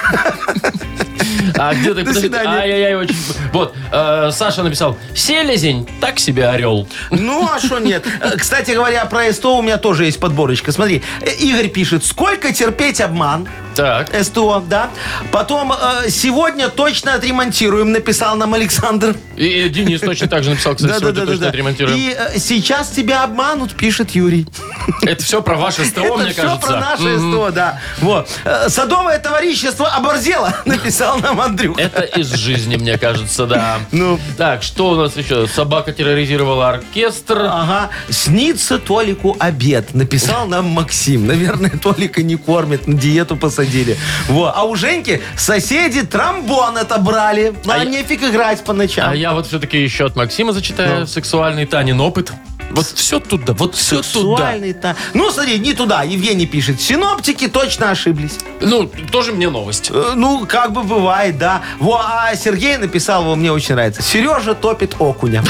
А где ты? До свидания. Ай-яй-яй, очень... Вот, Саша написал «Селезень, так себе орел». Ну, а что нет? Кстати говоря, про СТО у меня тоже есть подборочка. Смотри, Игорь пишет, сколько терпеть обман? Так. СТО, да. Потом, сегодня точно отремонтируем, написал нам Александр. И Денис точно так же написал, кстати, сегодня точно отремонтируем. И сейчас тебя обманут, пишет Юрий. Это все про ваше СТО, Это мне все кажется. про наше СТО, да. Вот. Садовое товарищество оборзело, написал нам Андрюх. Это из жизни, мне кажется, да. Ну. Так, что у нас еще? Собака терроризировала оркестр. Ага. Снится Толику обед, написал нам Максим. Наверное, Толика не кормят, на диету посадили. Во. А у Женьки соседи тромбон отобрали. Ну, а нефиг играть по ночам. А я вот все-таки еще от Максима зачитаю. Сексуальный Танин опыт. Вот все туда, вот все туда. Сексуальный-то. Ну, смотри, не туда. Евгений пишет. Синоптики точно ошиблись. Ну, тоже мне новость. Ну, как бы бывает, да. Во, а Сергей написал, во, мне очень нравится. Сережа топит окуня.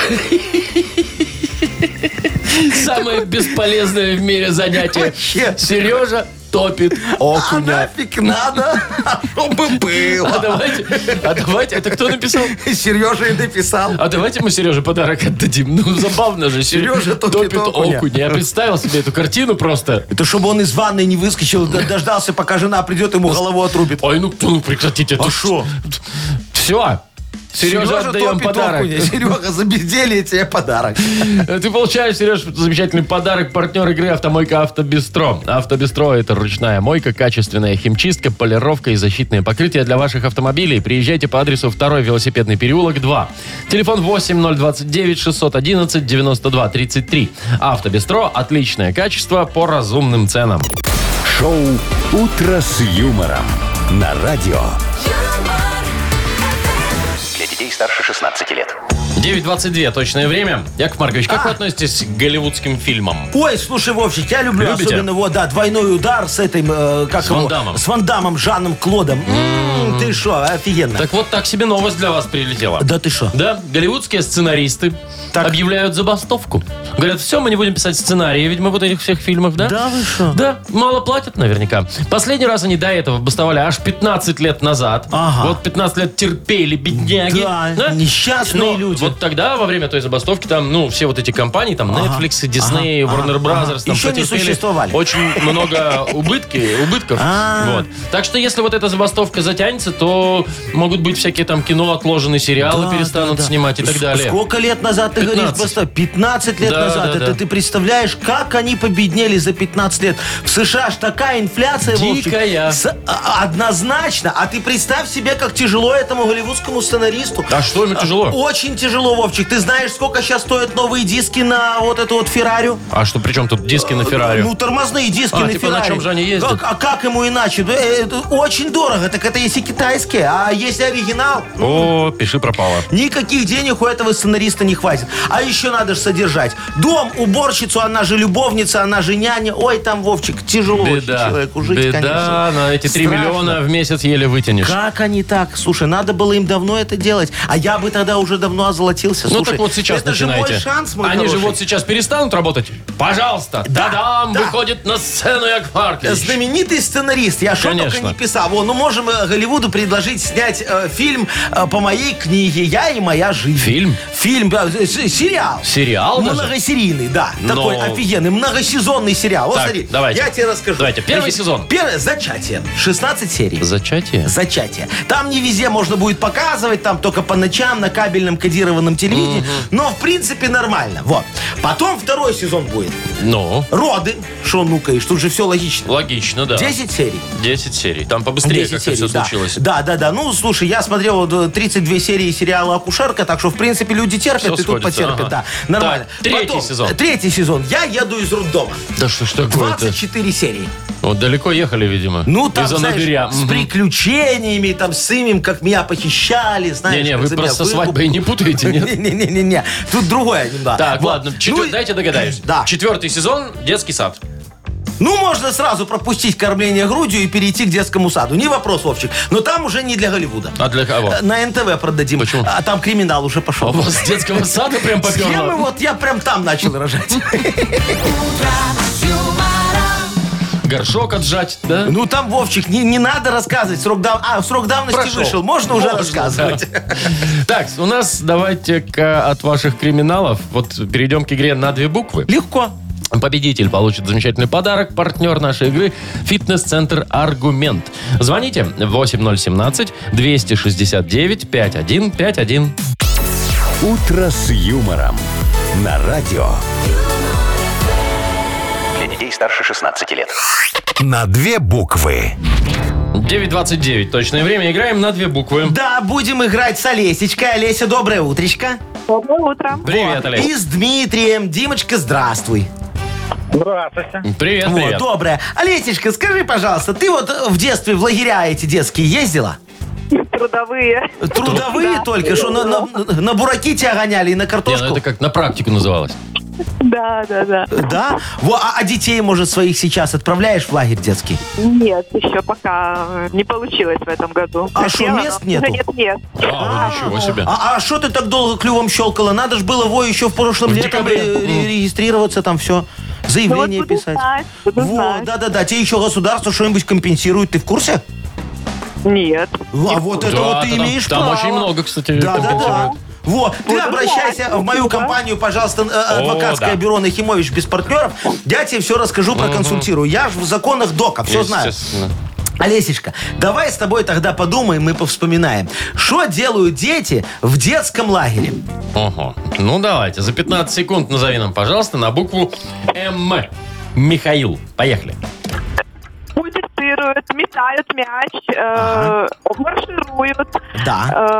Самое бесполезное в мире занятие. Вообще. Сережа топит А окуня. нафиг надо, чтобы было. А давайте, это кто написал? Сережа и написал. А давайте мы Сереже подарок отдадим. Ну, забавно же. Сережа топит окуня. Я представил себе эту картину просто. Это чтобы он из ванной не выскочил, дождался, пока жена придет, ему голову отрубит. Ой, ну прекратите. А шо? Все. Сереже отдаем топит подарок. окуня. Серега, за безделье тебе подарок. Ты получаешь, Сереж, замечательный подарок. Партнер игры «Автомойка Автобестро». Автобестро – это ручная мойка, качественная химчистка, полировка и защитные покрытия для ваших автомобилей. Приезжайте по адресу 2-й велосипедный переулок, 2. Телефон 8029-611-92-33. Автобестро – отличное качество по разумным ценам. Шоу «Утро с юмором» на радио. Для детей старше 16 лет. 9:22 точное время. Яков Маркович, как вы относитесь к голливудским фильмам? Ой, слушай, Вовчик, я люблю Любите? особенно его, да, «Двойной удар» с этой, как С его? Ван Даммом. С Ван Даммом, Жаном Клодом. Ты шо, офигенно. Так вот, так себе новость для вас прилетела. Да ты шо? Да, голливудские сценаристы Так. объявляют забастовку. Говорят, все, мы не будем писать сценарии, видимо, вот этих всех фильмов, да? Да вы шо? Да, мало платят наверняка. Последний раз они до этого бастовали аж 15 лет назад. Ага. Вот 15 лет терпели, бедняги. Да, несчастные Но люди. Вот тогда, во время той забастовки, там, ну, все вот эти компании, там, Netflix, Disney, Warner Brothers, там, Еще не потерпели существовали. очень много убытков. Вот. Так что, если вот эта забастовка затянется, то могут быть всякие там кино отложенные, сериалы перестанут снимать и так далее. Сколько лет назад ты 15. говоришь, бастовка? 15 лет Да, назад. да, Это да. ты представляешь, как они победнели за 15 лет. В США ж такая инфляция, Вовчик. Дикая. Однозначно. А ты представь себе, как тяжело этому голливудскому сценаристу. А что ему тяжело? Очень тяжело, Вовчик. Ты знаешь, сколько сейчас стоят новые диски на вот эту вот Феррари? А что, при чем тут диски на Феррари? Ну, тормозные диски на типа на Феррари. чем же они ездят? А как ему иначе? Это очень дорого. Так это если китайские. А если оригинал? О, пиши пропало. Никаких денег у этого сценариста не хватит. А еще надо же содержать дом, уборщицу, она же любовница, она же няня. Ой, там, Вовчик, тяжело очень Беда. человеку жить, Беда, конечно. на эти 3 Страшно. миллиона в месяц еле вытянешь. Как они так? Слушай, надо было им давно это делать. А я бы тогда уже давно озолотился. Ну Слушай, так вот сейчас это начинайте. же мой шанс, мой Они же хороший. вот сейчас перестанут работать. Пожалуйста. Да-дам, да. выходит на сцену Яков Маркович. Знаменитый сценарист. Я что только Конечно. не писал. Ну, можем Голливуду предложить снять фильм по моей книге «Я и моя жизнь». Фильм? Фильм, сериал. Сериал даже? Многосерийный, да. Но- Такой офигенный, многосезонный сериал. Вот Так, смотри, давайте. я тебе расскажу. Давайте, первый сезон. Первое, «Зачатие». 16 серий. Зачатие? «Зачатие». Там не везде можно будет показывать, там только по ночам на кабельном кодированном телевидении. Но, в принципе, нормально. Вот. Потом второй сезон будет. Ну, «Роды». Шо нукаешь? Тут же все логично. логично, да. 10 серий. 10 серий. Там побыстрее 10 как-то все да. случилось. Да. Ну, слушай, я смотрел 32 серии сериала «Акушерка», так что, в принципе, люди терпят, Всё и тут сходится, потерпят, ага. да. Нормально. Так, третий сезон. Третий сезон. Я еду из роддома. Да что ж такое-то? 24 серии. Вот далеко ехали, видимо. Ну, там, Из-за знаешь, Анадыря. с приключениями, там, с ими, как меня похищали, знаешь. Не-не, как вы за меня просто со выкуп. свадьбой не путаете, нет? Не-не-не-не. Тут другое немного. Так, Вот. ладно. Ну и- Дайте догадаюсь. Да. 4-й сезон «Детский сад». Ну, можно сразу пропустить кормление грудью и перейти к детскому саду. Не вопрос, Вовчик. Но там уже не для Голливуда. А для кого? На НТВ продадим. Почему? А там криминал уже А пошел. у вас с детского сада прям Схемы поперло? вот я прям там начал рожать. Горшок отжать, да? Ну там, Вовчик, не надо рассказывать. Срок давности Прошел. вышел. Можно уже Можно, рассказывать. да. Так, у нас давайте-ка от ваших криминалов вот перейдем к игре на 2 буквы. Легко. Победитель получит замечательный подарок. Партнер нашей игры – фитнес-центр «Аргумент». Звоните 8017-269-5151. «Утро с юмором» на радио. Для детей старше 16 лет. На 2 буквы. 9:29 точное время. Играем на 2 буквы. Да, будем играть с Олесечкой. Олеся, доброе утречко. Доброе утро. Привет, Олесь. И с Дмитрием. Димочка, здравствуй. Здравствуйте. Привет, Вот, привет. доброе. Олесечка, скажи, пожалуйста, ты вот в детстве в лагеря эти детские ездила? Трудовые. Трудовые Да. только, что на бураки тебя гоняли и на Не, картошку? ну это как на практику называлось. Да. Да? А детей, может, своих сейчас отправляешь в лагерь детский? Нет, еще пока не получилось в этом году. А шо, Хотела, мест но нету? уже нет мест. А, ничего себе. А что ты так долго клювом щелкала? Надо же было еще в прошлом В летом декабре. регистрироваться там все. заявление буду писать. знать, буду Вот, знать. да-да-да. Тебе еще государство что-нибудь компенсирует, ты в курсе? Нет. А вот это Да, вот ты там- имеешь там право. очень много, кстати, Да. компенсирует. Вот, ты Буду обращайся знать, в мою спасибо. компанию, пожалуйста, адвокатское да. бюро Нахимович без партнеров. Я тебе все расскажу, проконсультирую. Я же в законах ДОКа, все знаю. Естественно. Олесечка, давай с тобой тогда подумаем и повспоминаем. Что делают дети в детском лагере? Ого. Ну, давайте. За 15 секунд назови нам, пожалуйста, на букву М. Михаил. Поехали. Музицируют, метают мяч, маршируют, Да.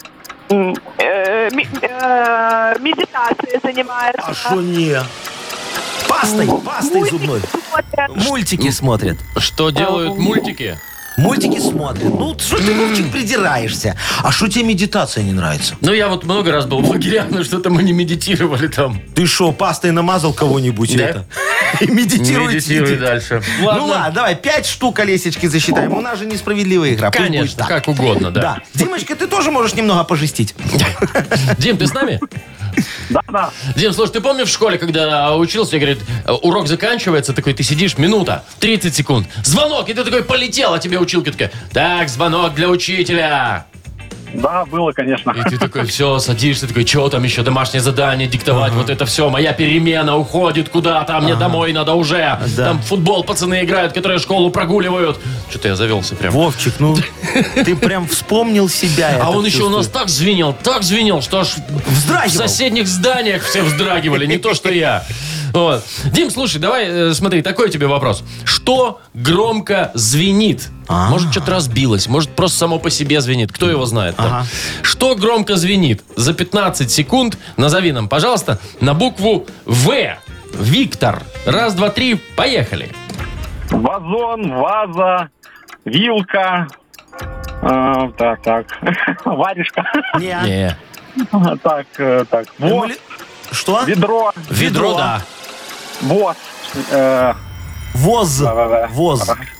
медитацией занимаются. А что не? Пастой зубной. Смотрят. Мультики смотрят. Что делают мультики? Мультики смотрят. Ну, что ты, Вовчик, придираешься? А что тебе медитация не нравится? Ну, я вот много раз был в лагерях, но что-то мы не медитировали там. Ты что, пастой намазал кого-нибудь Да. это? И медитируй. Медитируй дальше. Ну ладно, давай, 5 штук Олесечки засчитаем. У нас же несправедливая игра. Пусть будет Конечно, так. как угодно, да. Да. Димочка, ты тоже можешь немного пожестить. Дим, ты с нами? Да. Дим, слушай, ты помнишь в школе, когда учился, говорит, урок заканчивается, такой, ты сидишь, минута, 30 секунд, звонок, и ты такой полетел, а тебе училка такая, так, звонок для учителя. Да, было, конечно. И ты такой, все, садишься, такой, что там еще, домашнее задание, диктовать, вот это все, моя перемена уходит куда-то, а мне домой надо уже. Да. Там в футбол пацаны играют, которые школу прогуливают. Что-то я завелся прям. Вовчик, ну ты прям вспомнил себя. я А так он еще у нас чувствую. так звенел, что аж в Вздрагивал. соседних зданиях все вздрагивали, не то что я. Вот. Дим, слушай, давай, смотри, такой тебе вопрос. Что громко звенит? Может, что-то разбилось, может, просто само по себе звенит. Кто его знает там? Ага. Что громко звенит? За 15 секунд назови нам, пожалуйста, на букву В. Виктор. Раз, два, три, поехали. Вазон, вилка. Так. Варежка. Не. Не. Так. Вот. Что? Ведро. Ведро, да. Вот. Воз. Да. Воз.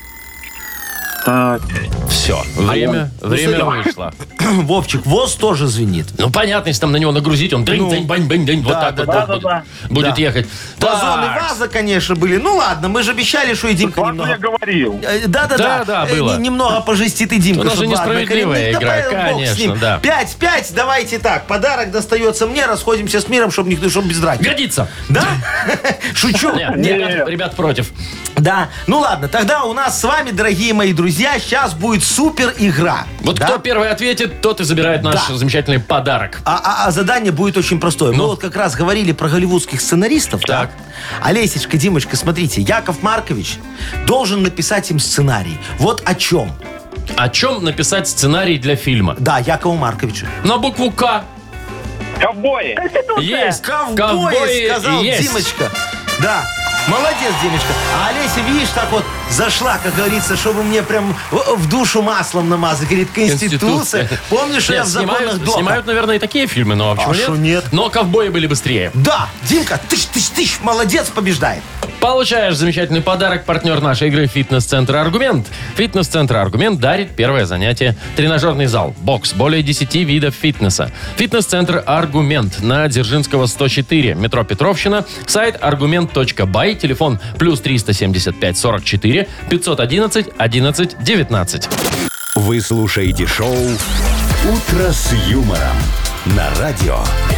Так. Все, время смотри. вышло. Вовчик, воз тоже звенит. Ну, понятно, если там на него нагрузить, он дрынь-дынь-бань-бань-дынь, вот да, так да, вот да. будет Да. ехать. Вазон и Так. ваза, конечно, были. Ну ладно, мы же обещали, что и Димка Ладно, немного... я говорил. Да-да-да. Да, было. Немного пожестит и Димка. У нас же чтоб ладно, несправедливая коренных. игра, Давай, бог с конечно, ним. да. 5-5, давайте так. Подарок достается мне, расходимся с миром, чтобы никто, чтобы без драки. Годится. Да? Шучу. Нет, ребят против. Да. Ну ладно, тогда у нас с вами, дорогие мои друзья, сейчас будет супер игра. Вот Да? кто первый ответит, тот и забирает наш Да. замечательный подарок. А задание будет очень простое. Мы вот как раз говорили про голливудских сценаристов. Так. Да? Олесечка, Димочка, смотрите, Яков Маркович должен написать им сценарий. Вот о чем. О чем написать сценарий для фильма? Да, Якову Марковичу. На букву К. Ковбои. Есть. Ковбои, сказал есть. Димочка. Да. Молодец, Димочка. А Олеся, видишь, так вот зашла, как говорится, чтобы мне прям в душу маслом намазать. Говорит, Конституция. Помнишь, что я Нет, в законах дома? снимают, наверное, и такие фильмы, но почему А шо нет? Но ковбои были быстрее. Да, Димка, тыщ, молодец, побеждает. Получаешь замечательный подарок. Партнер нашей игры «Фитнес-центр Аргумент». «Фитнес-центр Аргумент» дарит первое занятие. Тренажерный зал, бокс, более 10 видов фитнеса. «Фитнес-центр Аргумент» на Дзержинского, 104, метро Петровщина. Сайт argument.by, телефон плюс 375 44 511 11 19. Вы слушаете шоу «Утро с юмором» на радио.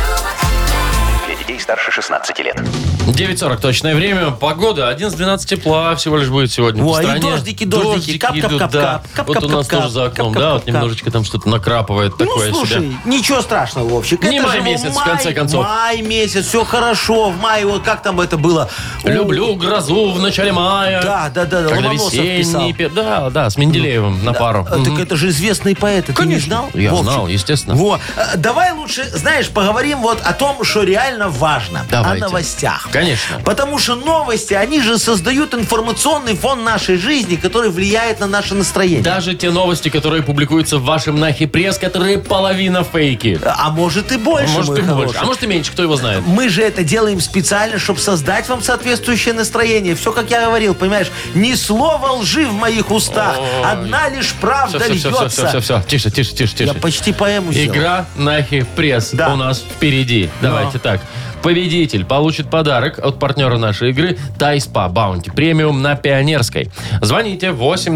Для детей старше 16 лет. 9:40 точное время. Погода 11-12 тепла всего лишь будет сегодня по Ой, и стране. дождики, кап-кап-кап-кап, идут, да. кап-кап-кап-кап, Вот у нас тоже за окном, да, вот кап-кап-кап. немножечко там что-то накрапывает такое Ну, слушай, себе. ничего страшного, Вовчик. Не Это май же месяц, в конце концов. Май месяц, все хорошо. В мае, вот как там это было? Люблю грозу в начале мая. Да, Когда Ломоносов весенний... писал. Да, с Менделеевым на пару. А, Так это же известный поэт, ты не знал? Я Вовчик? знал, естественно. Во. Давай лучше, знаешь, поговорим вот о том, что реально важно. Давайте. О новостях. Конечно. Потому что новости, они же создают информационный фон нашей жизни, который влияет на наше настроение. Даже те новости, которые публикуются в вашем Нахи Пресс, которые половина фейки. А может и больше, Может мой и больше. хороший. А может и меньше, кто его знает. Мы же это делаем специально, чтобы создать вам соответствующее настроение. Все, как я говорил, понимаешь, ни слова лжи в моих устах. Ой. Одна лишь правда льется. Все. Тише. Я почти поэму сделал. Игра Нахи Пресс Да. у нас впереди. Давайте так. Победитель получит подарок от партнера нашей игры Тайспа Баунти Премиум на Пионерской. Звоните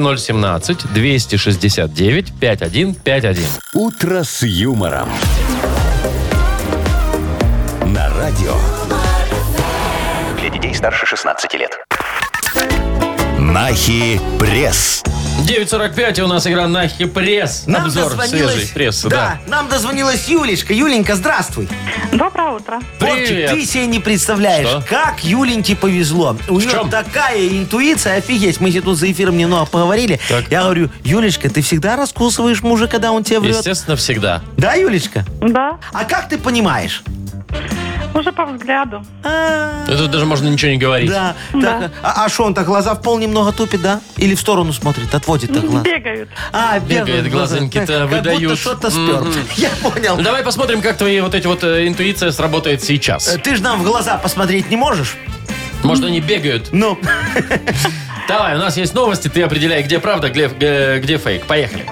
8017-269-5151. «Утро с юмором». На радио. Для детей старше 16 лет. Нахи пресс. 9:45, у нас игра Нахи Пресс. Обзор свежей прессы, да. Нам дозвонилась Юлечка. Юленька, здравствуй. Доброе утро. Вовчик, Привет. ты себе не представляешь, Что? как Юленьке повезло. У нее чем? такая интуиция, офигеть. Мы тут за эфиром немного поговорили. Так. Я говорю, Юлечка, ты всегда раскусываешь мужа, когда он тебе врет? Естественно, всегда. Да, Юлечка? Да, А как ты понимаешь? уже по взгляду. Это даже можно ничего не говорить. Да. Да. Так, а что, он так глаза в пол немного тупит, да? Или в сторону смотрит, отводит так глаз? Бегают. Бегает, глазоньки-то Как выдают. будто что-то спер. Я понял. Ну, давай посмотрим, как твои вот эти вот интуиция сработает сейчас. Ты же нам в глаза посмотреть не можешь? Может, они бегают? Ну, Давай, у нас есть новости, ты определяй, где правда, где фейк. Поехали.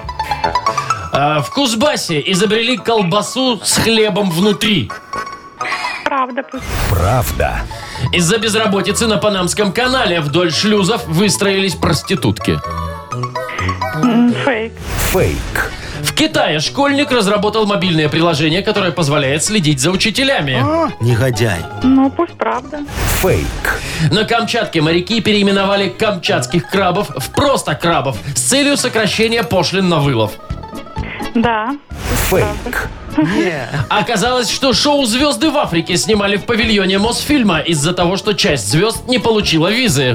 В Кузбассе изобрели колбасу с хлебом внутри. Правда пусть. Правда. Из-за безработицы на Панамском канале вдоль шлюзов выстроились проститутки. Фейк. Фейк. В Китае школьник разработал мобильное приложение, которое позволяет следить за учителями. негодяй. Ну, пусть правда. Фейк. На Камчатке моряки переименовали камчатских крабов в просто крабов с целью сокращения пошлин на вылов. Да. Фейк. Не. Оказалось, что шоу «Звезды в Африке» снимали в павильоне Мосфильма из-за того, что часть звезд не получила визы.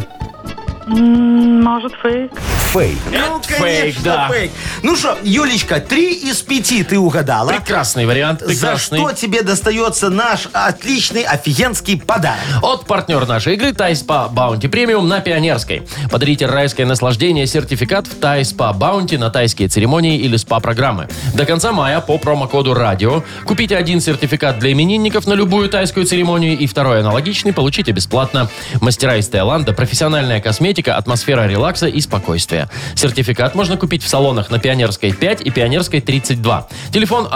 Может, фейк. Фейк. Ну, фейк, конечно, да. фейк. Ну что, Юлечка, 3 из 5 ты угадала. Прекрасный вариант, За прекрасный. что тебе достается наш отличный, офигенский подарок? От партнера нашей игры Тайспа Баунти Премиум на Пионерской. Подарите райское наслаждение, сертификат в Тайспа Баунти на тайские церемонии или СПА-программы. До конца мая по промокоду «Радио» купите 1 сертификат для именинников на любую тайскую церемонию и 2 аналогичный получите бесплатно. Мастера из Таиланда, профессиональная косметика, атмосфера релакса и спокойствия. Сертификат можно купить в салонах на Пионерской 5 и Пионерской 32. Телефон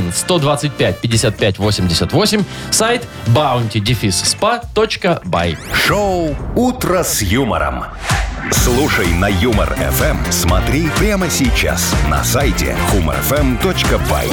А1-125-55-88, сайт bounty-spa.by. Шоу «Утро с юмором». Слушай на Юмор ФМ. Смотри прямо сейчас на сайте humorfm.by.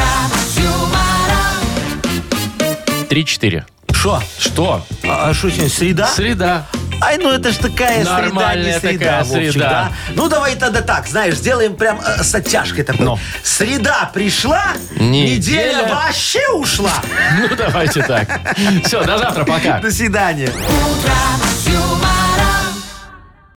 3-4. Шо? Что? А что сегодня, среда? Среда. Ай, ну это ж такая Нормальная среда, не среда, такая Вовчик, среда. да? Ну давай тогда так, знаешь, сделаем прям с оттяжкой такой. Ну. Среда пришла, Неделя неделя вообще ушла. Ну, давайте так. Все, до завтра, пока. До свидания.